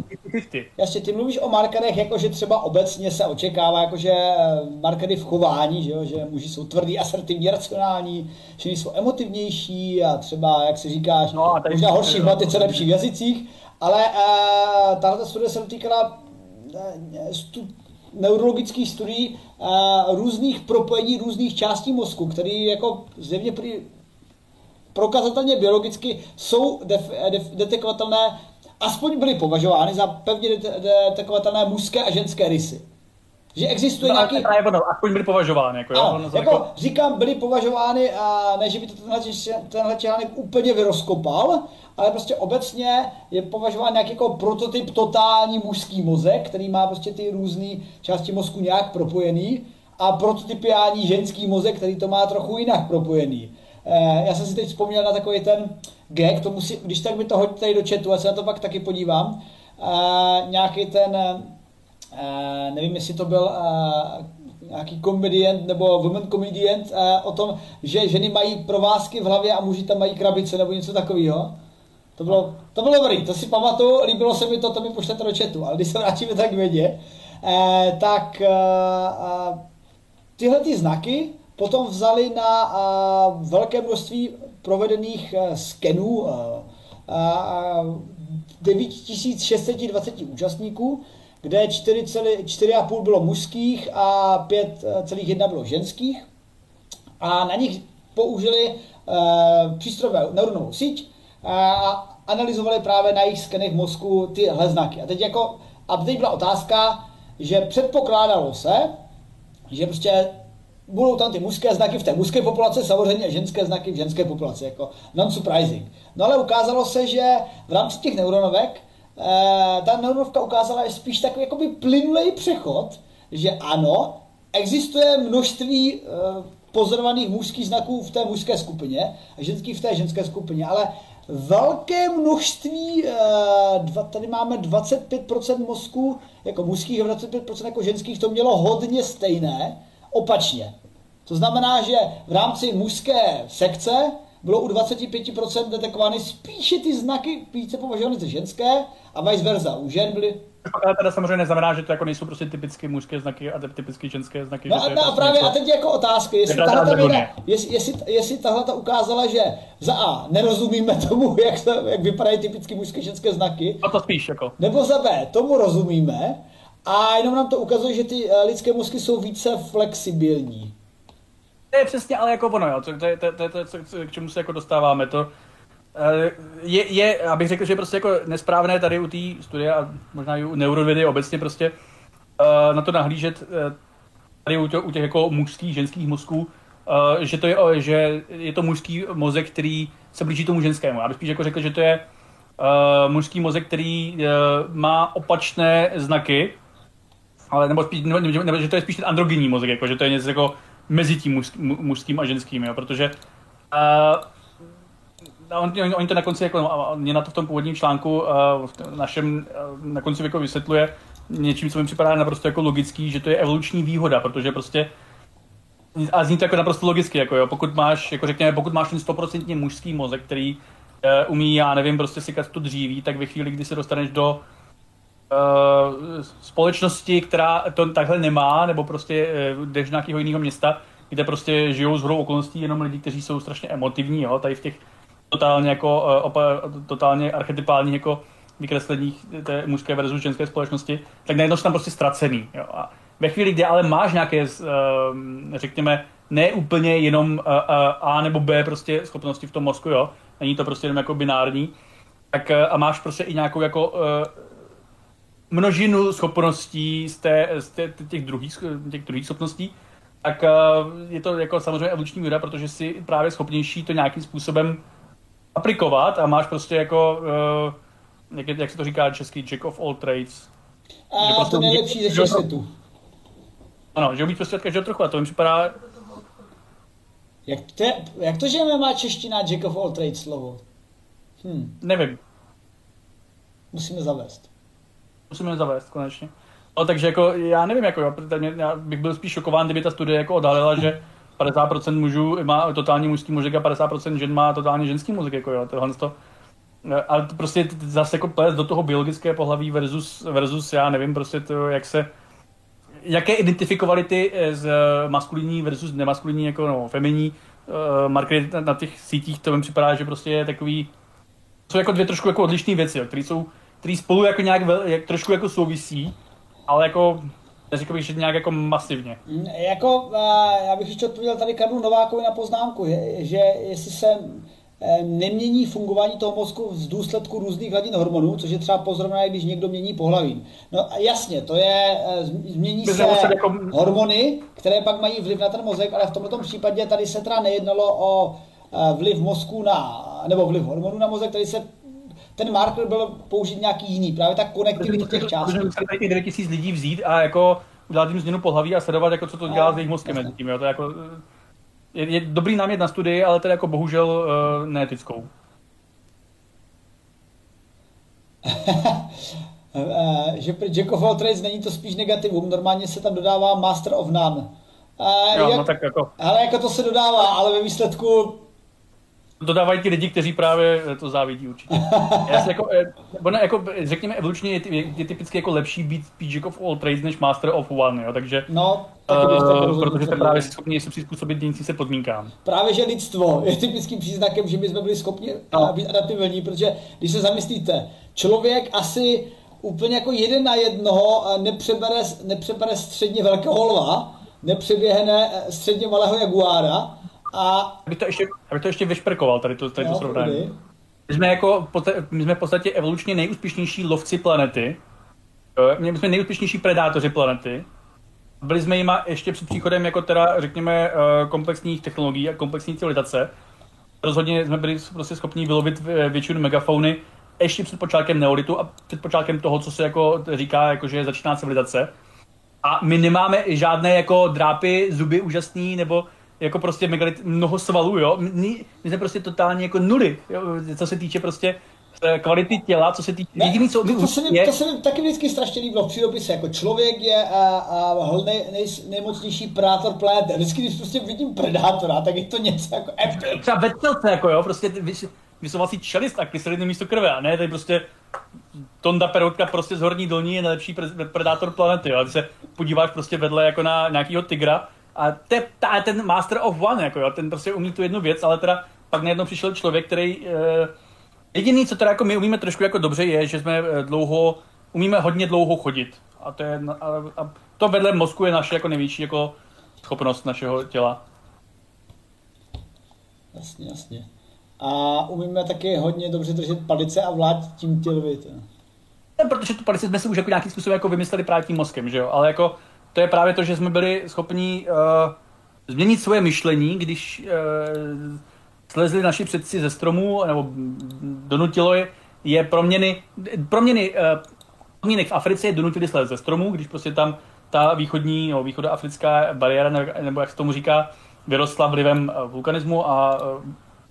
jasně, ty mluvíš o markerech, jako že třeba obecně se očekává, jako že markery v chování, že, jo, že muži jsou tvrdý, asertivní, racionální, ženy jsou emotivnější a třeba, jak si říkáš, no možná horší v matice, lepší v jazycích. Ale uh, tahle studie se dotýkala uh, stu, neurologických studií uh, různých propojení různých částí mozku, které jako zjevně prý, prokazatelně biologicky jsou def, def, detekovatelné, aspoň byly považovány za pevně detekovatelné mužské a ženské rysy. Že existuje no, nějaký... Právě ono, aspoň byly považovány. Jako, ano, jo? Jako, jako říkám, byly považovány, a ne, že by to tenhle, tenhle článek úplně vyrozkopal, ale prostě obecně je považován nějaký jako prototyp totální mužský mozek, který má prostě ty různé části mozku nějak propojený, a prototypiální ženský mozek, který to má trochu jinak propojený. Eh, já jsem si teď vzpomněl na takový ten gag, to musí, když tak mi to hoďte tady do chatu, a se na to pak taky podívám. Eh, nějaký ten... Uh, nevím, jestli to byl uh, nějaký komediant nebo woman komediant uh, o tom, že ženy mají provázky v hlavě a muži tam mají krabice nebo něco takového. To bylo, to bylo dobrý, to si pamatuju, líbilo se mi to, to mi pošlete do chatu, ale když se vrátíme tak k vědě, uh, tak uh, uh, tyhle ty znaky potom vzali na uh, velké množství provedených uh, skenů uh, uh, devět tisíc šest set dvacet účastníků, kde čtyři celá pět bylo mužských a pět celá jedna bylo ženských. A na nich použili uh, přístrojové neuronovou síť a analyzovali právě na jejich skenech mozku tyhle znaky. A teď, jako, a teď byla otázka, že předpokládalo se, že prostě budou tam ty mužské znaky v té mužské populaci, samozřejmě ženské znaky v ženské populaci, jako non-surprising. No ale ukázalo se, že v rámci těch neuronovek ta neuronovka ukázala je spíš takový jakoby plynulej přechod, že ano, existuje množství pozorovaných mužských znaků v té mužské skupině a ženských v té ženské skupině, ale velké množství, tady máme dvacet pět procent mozku jako mužských a dvacet pět procent jako ženských, to mělo hodně stejné, opačně. To znamená, že v rámci mužské sekce bylo u dvacet pět procent detekovány spíše ty znaky více považované za ženské a vice versa. U žen byly... Ale teda samozřejmě neznamená, že to jako nejsou prostě typické mužské znaky a typické ženské znaky. No a, no a právě něco... a teď jako otázka, jestli tahle věda, jestli, jestli, jestli tahle ta ukázala, že za A nerozumíme tomu, jak, se, jak vypadají typické mužské ženské znaky. A to spíš jako. Nebo za B, tomu rozumíme a jenom nám to ukazuje, že ty lidské mozky jsou více flexibilní. To je přesně, ale jako ono, jo, to, to, to, to, to, to, k čemu se jako dostáváme, to je, je, abych řekl, že je prostě jako nesprávné tady u té studie a možná i u neurovědy obecně prostě uh, na to nahlížet uh, tady u, tě, u těch jako mužských, ženských mozků, uh, že, to je, že je to mužský mozek, který se blíží tomu ženskému. Já bych spíš jako řekl, že to je uh, mužský mozek, který uh, má opačné znaky, ale nebo, spíš, nebo, nebo, nebo že to je spíš ten androgenní mozek, jako, že to je něco jako mezi tím muž, mužským a ženským, jo, protože uh, on, on, on to na konci, jako, mě na to v tom původním článku uh, v našem uh, na konci jako vysvětluje něčím, co mi připadá naprosto jako logický, že to je evoluční výhoda, protože prostě a zní to jako naprosto logicky, jako jo, pokud máš, jako řekněme, pokud máš ten stoprocentně mužský mozek, který uh, umí, já nevím, prostě sykat to dříví, tak ve chvíli, kdy se dostaneš do uh, společnosti, která to takhle nemá, nebo prostě uh, jdeš do nějakého jiného města, kde prostě žijou shodou okolností jenom lidi, kteří jsou strašně emotivní, jo, tady v těch totálně jako uh, opa, totálně archetypálních jako vykresleních té mužské versus ženské společnosti, tak najednou jsi tam prostě ztracený, jo. A ve chvíli, kdy ale máš nějaké, řekněme, ne úplně jenom A nebo B prostě schopnosti v tom mozku, jo, není to prostě jenom jako binární, tak a máš prostě i nějakou jako množinu schopností z, té, z té, těch, druhých, těch druhých schopností, tak je to jako samozřejmě evoluční výhoda, protože jsi právě schopnější to nějakým způsobem aplikovat a máš prostě jako, jak, jak se to říká český, jack of all trades. A prostě to nejlepší ze všech světů. Ano, že umí prostě od každého trochu a to mi připadá... Jak to, jak to, že nemá čeština jack of all trades slovo? Hm. Nevím. Musíme zavést. Musíme zavést, konečně. No, takže jako, já nevím, jako, já bych byl spíš šokován, kdyby ta studie jako odhalila, že padesát procent mužů má totální mužský mozek a padesát procent žen má totálně ženský mozek, jako jo, tohle to... Ale to prostě zase jako plést do toho biologické pohlaví versus, versus, já nevím, prostě to, jak se... Jaké identifikovali z maskulinní versus nemaskulinní, jako no, feminní uh, markery na, na těch sítích, to mi připadá, že prostě je takový... Jsou jako dvě trošku jako odlišné věci, které jsou, které spolu jako nějak vel, jak, trošku jako souvisí, ale jako, neřekl bych, že nějak jako masivně. Jako, uh, já bych ještě odpověděl tady Karlu Novákovi na poznámku, je, že jestli se nemění fungování toho mozku z důsledku různých hladin hormonů, což je třeba pozorovné, když někdo mění pohlaví. No jasně, to je, změní se jako... hormony, které pak mají vliv na ten mozek, ale v tomto případě tady se teda nejednalo o vliv mozku na, nebo vliv hormonů na mozek, tady se ten marker byl použít nějaký jiný, právě tak konektivita těch částí. Můžeme se tady devět tisíc lidí vzít a jako udělat jim změnu pohlaví a sledovat, jako, co to dělá s jejich mozkem mezi tím, jo, to je jako... Je, je dobrý námět na studii, ale teda jako bohužel uh, neetickou. Že pro Jack of all trades není to spíš negativum, normálně se tam dodává Master of None. Uh, jo, jak, no tak jako... Ale jako to se dodává, ale ve výsledku... Dodávají ti lidi, kteří právě to závidí určitě. Já si jako, ne, jako, řekněme, evolučně je, je, je typicky jako lepší být Jack of all trades než Master of One, jo, takže... No, uh, protože jste právě schopni se přizpůsobit dějící se podmínkám. Právě, že lidstvo je typickým příznakem, že my jsme byli schopni no. být adaptibilní, protože když se zamyslíte, člověk asi úplně jako jeden na jednoho nepřebere, nepřebere středně velkého lva, nepřeběhne středně malého jaguára, a... Abych to ještě, abych to ještě vyšperkoval, tady to, tady to no, srovnání. My jsme, jako, my jsme v podstatě evolučně nejúspěšnější lovci planety. My jsme nejúspěšnější predátoři planety. Byli jsme jima ještě před příchodem jako teda, řekněme, komplexních technologií a komplexní civilizace. Rozhodně jsme byli prostě schopni vylovit většinu megafauny ještě před počátkem neolitu a před počátkem toho, co se jako říká, jako, že začíná civilizace. A my nemáme žádné jako drápy, zuby úžasný, nebo jako prostě megalit, mnoho svalů, jo. My, my jsme prostě totálně jako nuly, jo? Co se týče prostě kvality těla, co se týče... Ne, jediný, co to, se mi, je... to se mi taky vždycky strašně líbilo v přírodopise, jako člověk je a, a nej, nej, nejmocnější predátor planety. Vždycky, když prostě vidím predátora, tak je to něco jako... Třeba vetřelce, jako jo, prostě vysovací čelist a kyseliny místo krve, a ne, tady prostě Tonda Peroutka prostě z horní dolní je nejlepší predátor planety, jo. A ty se podíváš prostě vedle jako na nějakýho tygra, a te, ta, ten Master of One, jako jo, ten prostě umí tu jednu věc, ale teda pak najednou přišel člověk, který... Eh, jediný, co teda jako my umíme trošku jako dobře, je, že jsme dlouho, umíme hodně dlouho chodit. A to, je, a, a to vedle mozku je naše jako největší jako schopnost našeho těla. Jasně, jasně. a umíme taky hodně dobře držet palice a vlát tím tělvit. Ne, protože tu palici jsme si už jako nějakým způsobem jako vymysleli právě tím mozkem, že jo, ale jako to je právě to, že jsme byli schopni uh, změnit svoje myšlení, když uh, slezli naši předci ze stromů, nebo donutilo je, je proměny, proměny, uh, proměny v Africe je donutili slez ze stromů, když prostě tam ta východní, nebo východoafrická bariéra, nebo jak se tomu říká, vyrostla vlivem vulkanismu a uh,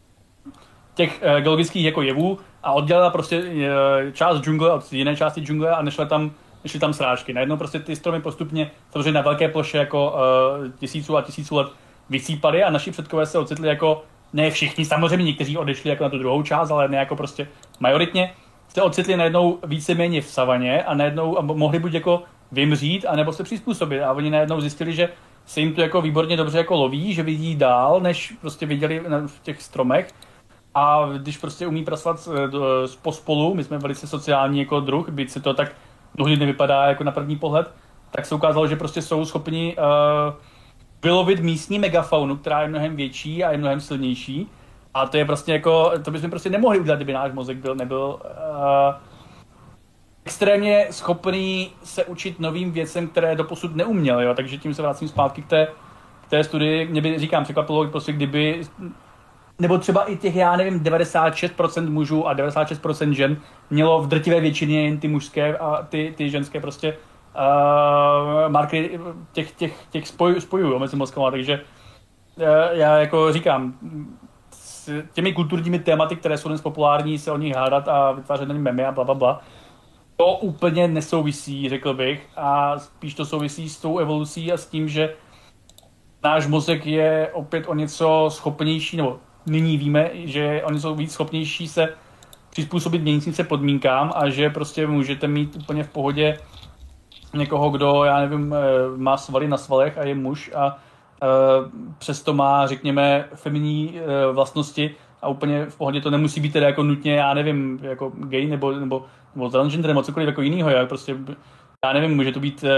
těch uh, geologických jako jevů a oddělila prostě uh, část džungle od jiné části džungle a nešly tam Nešly tam srážky. Najednou prostě ty stromy postupně, samozřejmě na velké ploše jako uh, tisíců a tisíců let vysípaly a naši předkové se ocitli jako, ne všichni, samozřejmě někteří odešli jako na tu druhou část, ale ne jako prostě majoritně, se ocitli najednou víceméně v savaně a najednou a mohli buď jako vymřít, anebo se přizpůsobit. A oni najednou zjistili, že se jim to jako výborně dobře jako loví, že vidí dál, než prostě viděli v těch stromech. A když prostě umí pracovat pospolu, my jsme velice sociální jako druh, byť se to tak mnohdy nevypadá jako na první pohled, tak se ukázalo, že prostě jsou schopni uh, vylovit místní megafaunu, která je mnohem větší a je mnohem silnější. A to je prostě jako, to bychom prostě nemohli udělat, kdyby náš mozek byl, nebyl uh, extrémně schopný se učit novým věcem, které doposud neuměl, jo? Takže tím se vracím zpátky k té, k té studii. Mě by, říkám, překvapilo, prostě kdyby, nebo třeba i těch, já nevím, devadesát šest procent mužů a devadesát šest procent žen mělo v drtivé většině jen ty mužské a ty, ty ženské prostě uh, markery těch, těch, těch spoj, spojů mezi mozkama, takže uh, já jako říkám, s těmi kulturními tématy, které jsou dnes populární, se o nich hádat a vytvářet na ně memy a blablabla, bla, bla, to úplně nesouvisí, řekl bych, a spíš to souvisí s tou evolucí a s tím, že náš mozek je opět o něco schopnější, nebo nyní víme, že oni jsou víc schopnější se přizpůsobit měnícím se podmínkám a že prostě můžete mít úplně v pohodě někoho, kdo, já nevím, má svaly na svalech a je muž a uh, přesto má, řekněme, feminní uh, vlastnosti a úplně v pohodě to nemusí být teda jako nutně, já nevím, jako gay nebo, nebo, nebo transgender nebo cokoliv jako jinýho, jak prostě, já nevím, může to být,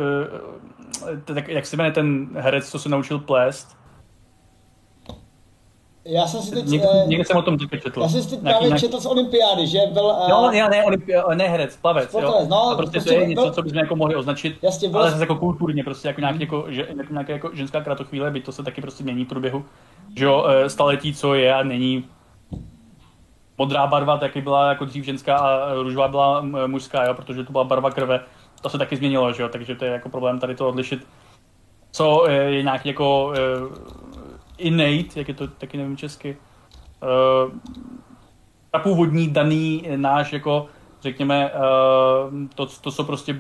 uh, uh, tak, jak se jmenuje ten herec, co se naučil plést. Já jsem si teď... Někde, někde jsem o tom četl. Já jsem si teď nějaký, právě nějaký... četl z olympiády, že byl... Uh... No, ne, ne, olympi- ne herec, plavec, sportovec, jo. No, a prostě, prostě to je byl... něco, co bychom jako mohli označit, jasně, byl... ale zase jako kulturně, prostě jako nějaký, hmm. jako, že, jako, nějaká jako ženská kratochvíle, byť to se taky prostě mění v průběhu, že jo, staletí, co je a není. Modrá barva taky byla jako dřív ženská a růžová byla mužská, jo, protože to byla barva krve. To se taky změnilo, že jo, takže to je jako problém tady to odlišit, co je nějaký jako innate, jak je to, taky nevím česky, Uh, ta původní daný náš, jako řekněme, uh, to, to, co prostě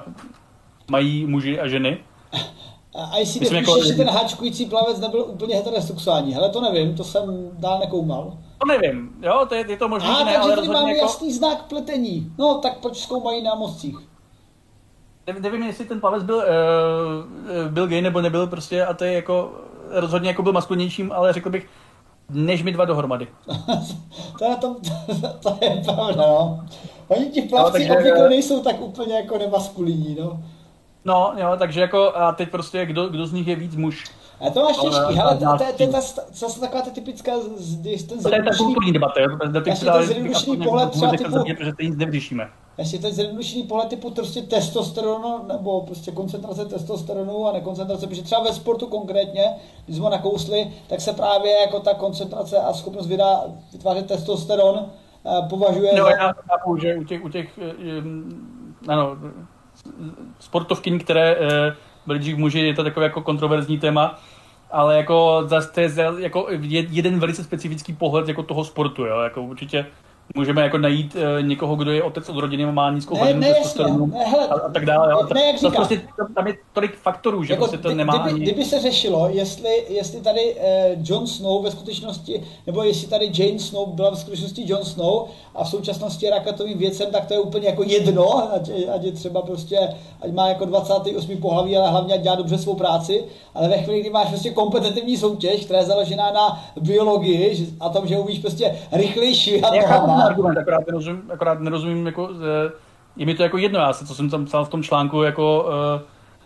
mají muži a ženy. A jestli nepíšeš, jako... že ten háčkující plavec nebyl úplně heterosexuální, hele to nevím, to jsem dál nekoumal. To nevím, jo, to je, je to možná, že ne, ale rozhodně máme jako... jasný znak pletení, no tak proč zkoumají na mozcích? Nevím, jestli ten plavec byl, uh, byl gay nebo nebyl prostě a to je jako, rozhodně jako byl maskulinnějším, ale řekl bych, než my dva dohromady. to, je to, to, to je pravda, no. Oni ti plavci no, takže, obvykle nejsou tak úplně jako nemaskulinní, no. No, jo, takže jako a teď prostě kdo, kdo z nich je víc muž. A to máš těžký, hele, to je zase taková ta typická, ten to je ta kulturní debata, jo, ten zjednodušený pohled třeba typu, protože to nic nevyřešíme. Jestli ten zjednodušený pohled typu prostě testosteronu, nebo prostě koncentrace testosteronu a nekoncentrace, protože třeba ve sportu konkrétně, když jsme nakousli, tak se právě jako ta koncentrace a schopnost vydá, vytvářet testosteron považuje no, za... já chápu, že u těch, u těch ano, sportovkyň, které byly dřív muži, je to takové jako kontroverzní téma, ale jako zase to je jako jeden velice specifický pohled jako toho sportu, jo, jako určitě můžeme jako najít uh, někoho, kdo je otec od rodiny, má nízkou hladinu testosteronu a, a tak dále. Ale ne, jak to, prostě, tam je tolik faktorů, že jako prostě to kdy, nemá kdyby, ani... kdyby se řešilo, jestli, jestli tady uh, Jon Snow ve skutečnosti, nebo jestli tady Jane Snow byla v skutečnosti Jon Snow a v současnosti je raketovým věcem, tak to je úplně jako jedno, ať, ať je třeba prostě, ať má jako dvacátý osmý pohlaví, ale hlavně ať dělá dobře svou práci, ale ve chvíli, kdy máš prostě kompetitivní soutěž, která je založená na biologii a tom, že umíš prostě rychlejší a argument, akorát nerozumím, akorát nerozumím jako, je mi to jako jedno, já se, co jsem tam psal v tom článku, jako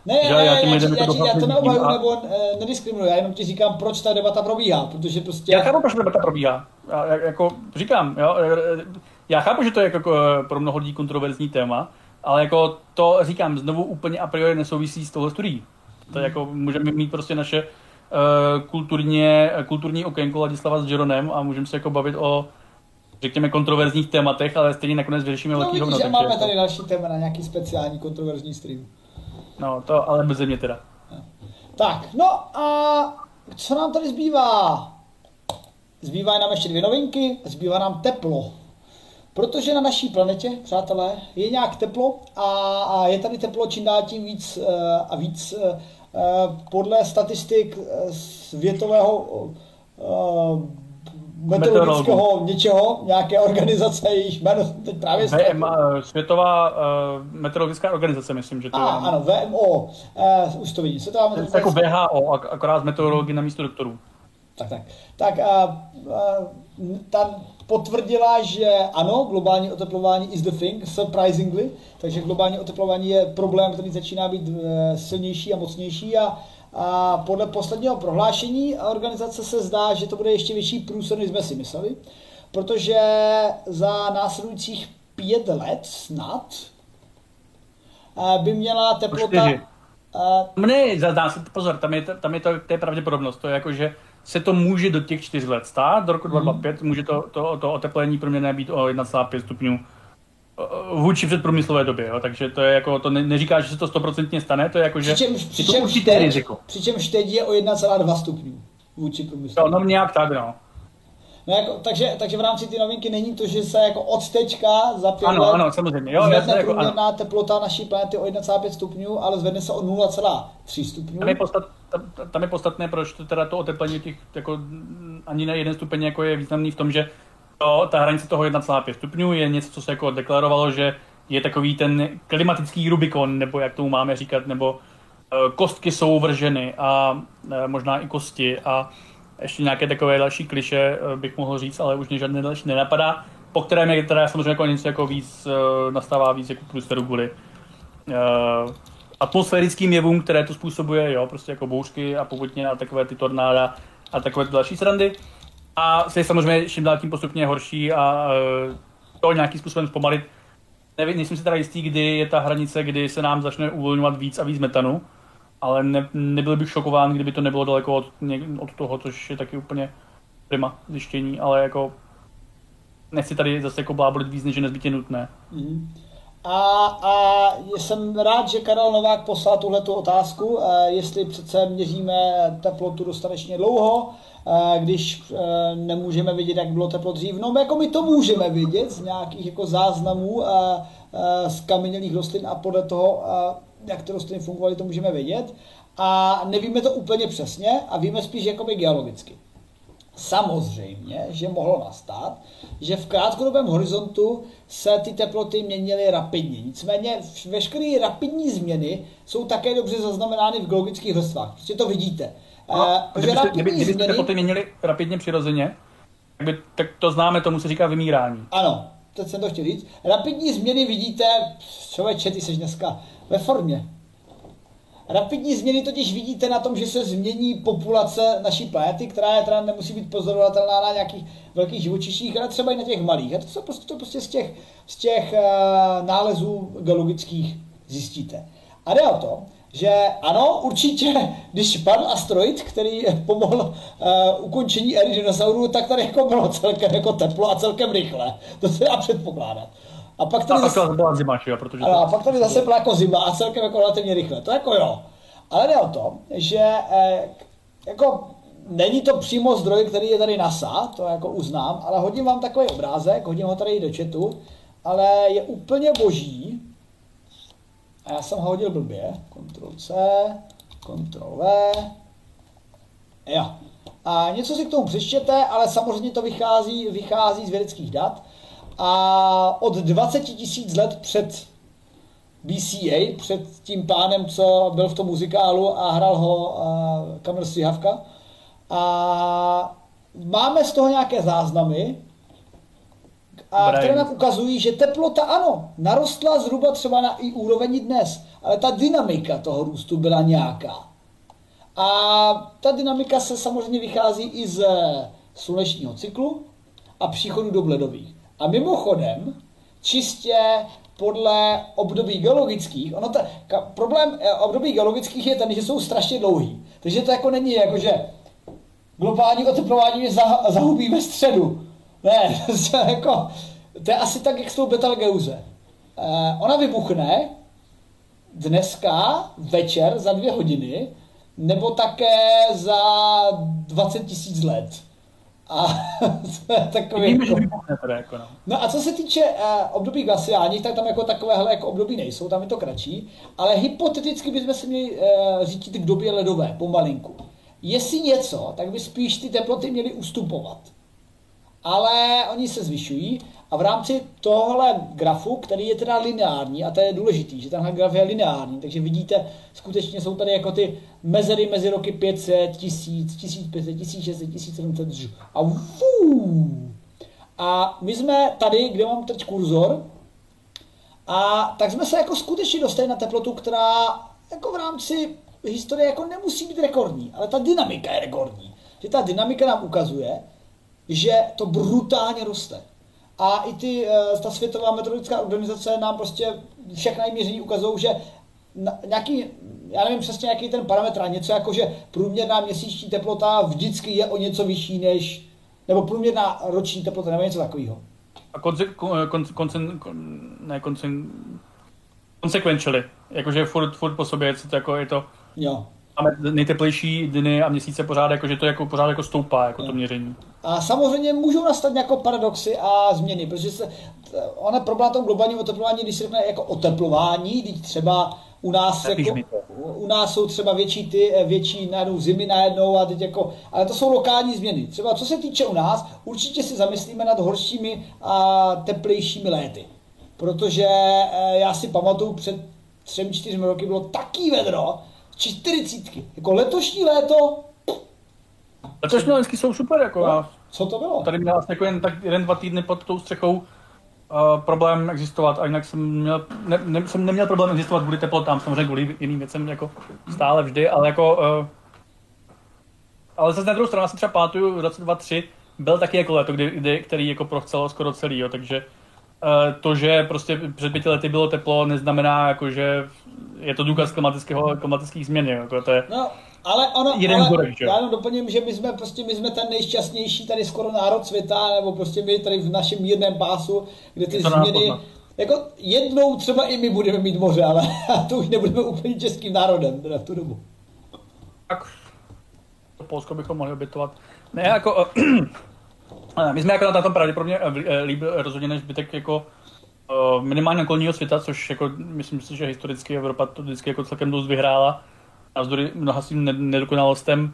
Ne, ne, že já, já, tím já, lidem já, jako já, já to docházím neobhaju a- nebo e, nediskriminuji, já jenom ti říkám, proč ta debata probíhá, protože prostě... Já chápu, proč debata probíhá. Já, já, jako říkám, jo, já chápu, že to je jako pro mnoho lidí kontroverzní téma, ale jako to říkám, znovu úplně a priori nesouvisí s touhle studií. To je jako, můžeme mít prostě naše uh, kulturně, kulturní okénko Ladislava s Jeronem a můžeme se jako bavit o, řekněme, kontroverzních tématech, ale stejně nakonec vyřešíme No velký vidíš, hovno. že takže máme jako- tady další téma na nějaký speciální kontroverzní stream. No, to ale bez mě teda. Tak, no a co nám tady zbývá? Zbývá nám ještě dvě novinky, zbývá nám teplo. Protože na naší planetě, přátelé, je nějak teplo a, a je tady teplo čím dál tím víc eh, a víc eh, podle statistik eh, světového eh, meteorologického něčeho, nějaké organizace, jejíž jméno teď právě V M, uh, Světová uh, meteorologická organizace, myslím, že to A, je. ano, V M O, eh, už to vidím. Světová To je jako meteorologická... V H O, ak- akorát meteorologi na místo doktorů. Tak, tak. Tak a, a, ta potvrdila, že ano, globální oteplování is the thing, surprisingly, takže globální oteplování je problém, který začíná být e, silnější a mocnější a, a podle posledního prohlášení organizace se zdá, že to bude ještě větší průser, než jsme si mysleli, protože za následujících pět let snad e, by měla teplota... čtyři. Ne, za nás, pozor, tam je, tam je to, to je pravděpodobnost, to je jako, že se to může do těch čtyř let stát, do roku dva tisíce dvacet pět může to, to, to oteplení průměrné být o jedna celá pět stupňů vůči předprůmyslové době, jo? Takže to je jako, to ne, neříká, že se to stoprocentně stane, to je jako, že Přičemž, je to přičemž, určité teď, riziko. přičemž teď je o jedna celá dva stupňů vůči průmyslu. No, no nějak tak, no. No jako, takže, takže v rámci ty novinky není to, že se jako od teďka za pět Ano, let ano, samozřejmě. Jo, zvedne jasně, jako, průměrná ano. teplota naší planety o jedna celá pět stupňů, ale zvedne se o nula celá tři stupňů. Tam je, podstat, tam, tam je podstatné, proč to, teda to oteplení těch, jako, ani na jeden stupeň jako je významný v tom, že to, ta hranice toho jedna celá pět stupňů je něco, co se jako deklarovalo, že je takový ten klimatický Rubikon, nebo jak tomu máme říkat, nebo uh, kostky jsou vrženy a uh, možná i kosti a ještě nějaké takové další kliše uh, bych mohl říct, ale už mě žádné další nenapadá, po kterém je teda samozřejmě jako něco jako víc uh, nastává víc jako průsteru kvůli uh, atmosférickým jevům, které to způsobuje, jo, prostě jako bouřky a povodně a takové ty tornáda a takové ty další srandy. A se samozřejmě čím dál tím postupně horší a uh, to nějakým způsobem zpomalit. Nevím, nejsem si teda jistý, kdy je ta hranice, kdy se nám začne uvolňovat víc a víc metanu, ale ne, nebyl bych šokován, kdyby to nebylo daleko od, od toho, což je taky úplně prima zjištění, ale jako nechci tady zase jako blábolit víc, než je nezbytně nutné. Mm. A, a jsem rád, že Karel Novák poslal tuhletu otázku, jestli přece měříme teplotu dostatečně dlouho, když nemůžeme vědět, jak bylo teplo dřív. No, jako my to můžeme vědět z nějakých jako záznamů z kamenělých rostlin a podle toho, jak ty rostliny fungovaly, to můžeme vědět. A nevíme to úplně přesně a víme spíš jakoby geologicky. Samozřejmě, že mohlo nastat, že v krátkodobém horizontu se ty teploty měnily rapidně. Nicméně veškeré rapidní změny jsou také dobře zaznamenány v geologických vrstvách. Prostě to vidíte. No, uh, kdyby, kdyby, kdyby změny... teploty měnily rapidně přirozeně, tak, by, tak to známe, tomu se říká vymírání. Ano, teď jsem to chtěl říct. Rapidní změny vidíte, člověče, ty jsi dneska ve formě. Rapidní změny totiž vidíte na tom, že se změní populace naší planety, která je teda nemusí být pozorovatelná na nějakých velkých živočiších, ale třeba i na těch malých. A to se prostě, to prostě z těch, z těch uh, nálezů geologických zjistíte. A jde o to, že ano, určitě, když padl asteroid, který pomohl uh, ukončení éry dinosaurů, tak tady jako bylo celkem jako teplo a celkem rychle. To se dá předpokládat. A pak tady, a zase, byla zima, jo, protože ano, to... a pak tady zase byla jako zima a celkem jako relativně rychle. To jako jo. Ale jde o to, že eh, jako není to přímo zdroj, který je tady NASA, to jako uznám, ale hodím vám takový obrázek, hodím ho tady i do chatu, ale je úplně boží. A já jsem ho hodil blbě. Ctrl C, Ctrl V. Jo. A něco si k tomu přečtěte, ale samozřejmě to vychází, vychází z vědeckých dat. A od dvacet tisíc let před B C A, před tím pánem, co byl v tom muzikálu a hrál ho uh, Kamil Stříhavka. A máme z toho nějaké záznamy. a které nám ukazují, že teplota ano, narostla zhruba třeba na i úroveň dnes, ale ta dynamika toho růstu byla nějaká. A ta dynamika se samozřejmě vychází i z slunečního cyklu a příchodu dob ledových. A mimochodem, čistě podle období geologických, ono ta, ka, problém období geologických je ten, že jsou strašně dlouhý. Takže to jako není jako, že globální oteplování mě zahubí ve středu. Ne, to je, jako, to je asi tak, jak s tou Betelgeuse. Eh, ona vybuchne dneska večer za dvě hodiny, nebo také za dvacet tisíc let. A to je takový... Víme, že vybuchne teda jako no. No a co se týče uh, období glaciálních, tak tam jako takovéhle jako období nejsou, tam je to kratší, ale hypoteticky bychom se měli uh, říct k době ledové, pomalinku. Jestli něco, tak by spíš ty teploty měly ustupovat. Ale oni se zvyšují a v rámci tohle grafu, který je teda lineární, a to je důležitý, že tenhle graf je lineární, takže vidíte, skutečně jsou tady jako ty mezery mezi roky pět set, tisíc, tisíc pět set, tisíc šest set, tisíc sedm set a fuu. A my jsme tady, kde mám teď kurzor, a tak jsme se jako skutečně dostali na teplotu, která jako v rámci historie jako nemusí být rekordní, ale ta dynamika je rekordní. Že ta dynamika nám ukazuje, že to brutálně roste. A i ty, ta Světová meteorologická organizace nám prostě všechna měření ukazují, že nějaký, já nevím přesně, jaký ten parametr, něco jako, že průměrná měsíční teplota vždycky je o něco vyšší než, nebo průměrná roční teplota, nebo něco takového. A konce, kon, kon, kon, ne, konce, consequentially, jakože furt, furt po sobě, co to jako je to, jo. Máme nejteplejší dny a měsíce pořád, jakože to jako, pořád jako stoupá, jako jo. To měření. A samozřejmě můžou nastat nějaké paradoxy a změny, protože se, ona problém tom globálním oteplování, když se řekne jako oteplování, když třeba u nás, jako, u nás jsou třeba větší ty, větší najednou zimy najednou a teď jako, ale to jsou lokální změny. Třeba co se týče u nás, určitě si zamyslíme nad horšími a teplejšími léty. Protože já si pamatuju, před třemi, čtyřmi roky bylo taký vedro, čtyřicítky. Jako letošní léto. Letošní léto jsou super, jako no, co to bylo? Tady měl asi jako jen tak jeden, dva týdny pod tou střechou uh, problém existovat a jinak jsem, měl, ne, ne, jsem neměl problém existovat kvůli teplotám, samozřejmě kvůli jiným věcem jako stále vždy, ale jako uh, ale zase na druhou stranu, já si třeba pamatuju v roce dva tři byl taky jako léto, kdy, kdy, který jako prochcelo skoro celý, jo, takže uh, to, že prostě před pěti lety bylo teplo, neznamená jako, že je to důkaz klimatického, klimatických změn, jako to je... No. Ale ono, jeden ale vzorek, já jenom doplním, že my jsme prostě my jsme ten nejšťastnější tady skoro národ světa, nebo prostě my tady v našem mírném pásu, kde ty změny, jako jednou třeba i my budeme mít moře, ale to už nebudeme úplně českým národem teda v tu dobu. Tak, to Polsko bychom mohli obětovat. Ne, jako, my jsme jako na tom pravděpodobně líp rozhodně než zbytek jako minimálně okolního světa, což jako myslím si, že historicky Evropa to vždycky jako celkem dost vyhrála. Navzdory mnoha svým nedokonalostem.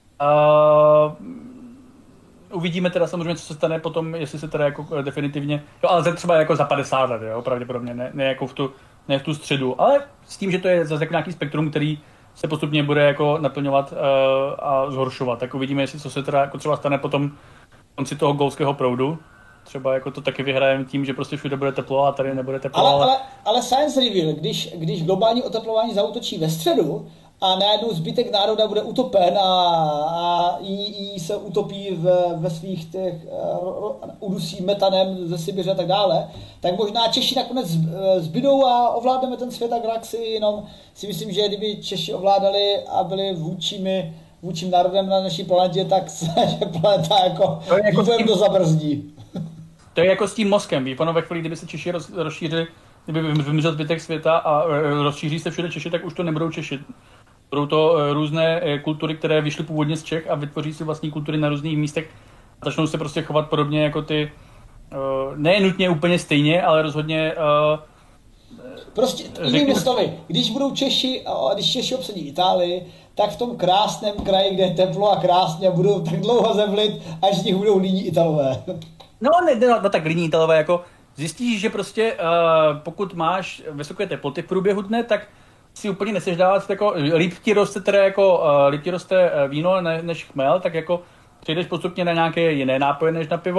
Uh, uvidíme teda samozřejmě, co se stane potom, jestli se teda jako definitivně, jo, ale třeba jako za padesát let, jo, pravděpodobně, ne, ne jako v tu, ne v tu středu, ale s tím, že to je zase nějaký spektrum, který se postupně bude jako naplňovat uh, a zhoršovat, tak uvidíme, jestli co se teda jako třeba stane potom konci toho golfského proudu. Třeba jako to taky vyhrajeme tím, že prostě všude bude teplo a tady nebude teplo. Ale, ale, ale Science Reveal, když, když globální oteplování zaútočí ve středu a najednou zbytek národa bude utopen a, a jí, jí se utopí v, ve svých těch uh, udusí metanem ze Sibiře a tak dále, tak možná Češi nakonec zbydou a ovládneme ten svět a galaxii, jenom si myslím, že kdyby Češi ovládali a byli vůdčími, vůdčím národem na naší planetě, tak se planeta jako vývojem to zabrzdí. To je jako s tím mozkem, víš, ono ve chvíli, kdyby se Češi roz, rozšířili, kdyby vymřel zbytek světa a rozšíří se všude Češi, tak už to nebudou Češi. Budou to různé kultury, které vyšly původně z Čech a vytvoří si vlastní kultury na různých místech a začnou se prostě chovat podobně jako ty, ne nutně úplně stejně, ale rozhodně... Prostě jinými slovy, když budou Češi, když Češi obsadí Itálii, tak v tom krásném kraji, kde je teplo a krásně, budou tak dlouho zemlit, až z nich budou líní Italové. No, ne, no, no tak líní Italové, jako zjistíš, že prostě uh, pokud máš vysoké teploty v průběhu dne, tak si úplně nechceš dávat, jako líp ti roste teda jako, uh, líp ti roste víno ne, než chmel, tak jako přejdeš postupně na nějaké jiné nápoje než na pivo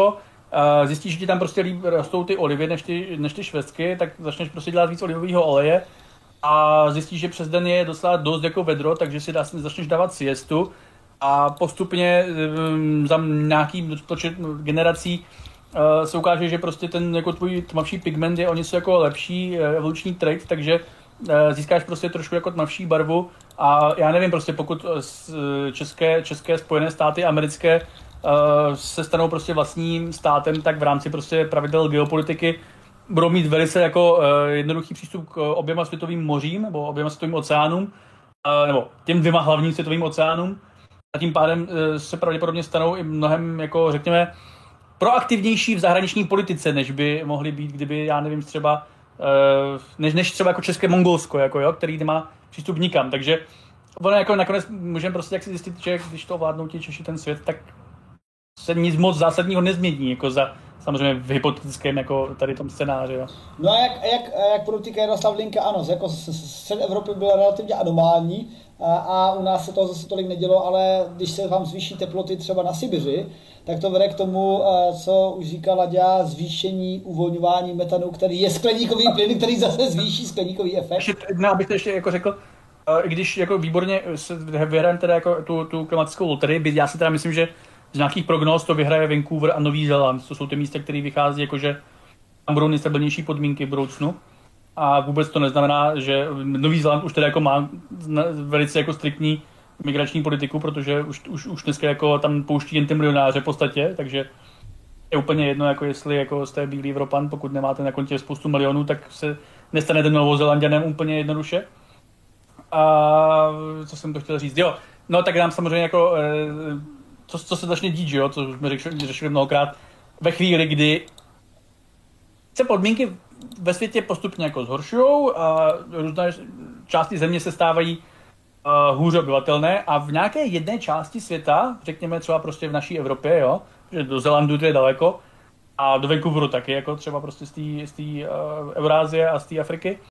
zjistíš, že ti tam prostě líp rostou ty olivy než ty, než ty švestky, tak začneš prostě dělat víc olivového oleje a zjistíš, že přes den je docela dost jako vedro, takže si dá, začneš dávat siestu a postupně um, za nějaký počet generací uh, se ukáže, že prostě ten jako tvůj tmavší pigment je o něco jako lepší evoluční trait, takže uh, získáš prostě trošku jako tmavší barvu a já nevím, prostě pokud české, české Spojené státy americké uh, se stanou prostě vlastním státem, tak v rámci prostě pravidel geopolitiky budou mít velice jako uh, jednoduchý přístup k oběma světovým mořím nebo oběma světovým oceánům, uh, nebo těm dvěma hlavním světovým oceánům. A tím pádem uh, se pravděpodobně stanou i mnohem, jako řekněme, proaktivnější v zahraniční politice, než by mohly být, kdyby, já nevím, třeba, uh, než, než třeba jako České Mongolsko, jako, jo, který nemá přístup nikam. Takže ono jako nakonec můžeme prostě jak si zjistit, že když to ovládnou ti Češi ten svět, tak se nic moc zásadního nezmění, jako za samozřejmě v hypotetickém jako tady tom scénáři. Jo. No a jak, jak, jak podotýká Jaroslav Linka, ano, jako střed Evropy byl relativně anomální a, a u nás se toho zase tolik nedělo, ale když se vám zvýší teploty třeba na Sibiři, tak to vede k tomu, co už říkal Laďa, zvýšení uvolňování metanu, který je skleníkový plyn, který zase zvýší skleníkový efekt. Ještě, no, abych to ještě jako řekl, i když jako výborně se vyhrajeme teda jako tu, tu klimatickou loterii, já si teda myslím, že z nějakých prognóz to vyhraje Vancouver a Nový Zéland. To jsou ty místa, které vychází jako, že tam budou nejstabilnější podmínky v budoucnu. A vůbec to neznamená, že Nový Zéland už teda jako má velice jako striktní migrační politiku, protože už, už, už dneska jako tam pouští jen ty milionáře v podstatě, takže je úplně jedno, jako jestli jako jste bílý Evropan, pokud nemáte na kontě spoustu milionů, tak se nestanete Novozélanďanem úplně jednoduše. A co jsem to chtěl říct? Jo, no tak nám samozřejmě jako Co, co se začne dít, že jo, co jsme řešili, řešili mnohokrát, ve chvíli, kdy se podmínky ve světě postupně jako zhoršují a různé části země se stávají uh, hůře obyvatelné a v nějaké jedné části světa, řekněme třeba prostě v naší Evropě, jo, že do Zélandu to je daleko a do Vancouveru taky, jako třeba prostě z té z té uh, Eurázie a z té Afriky,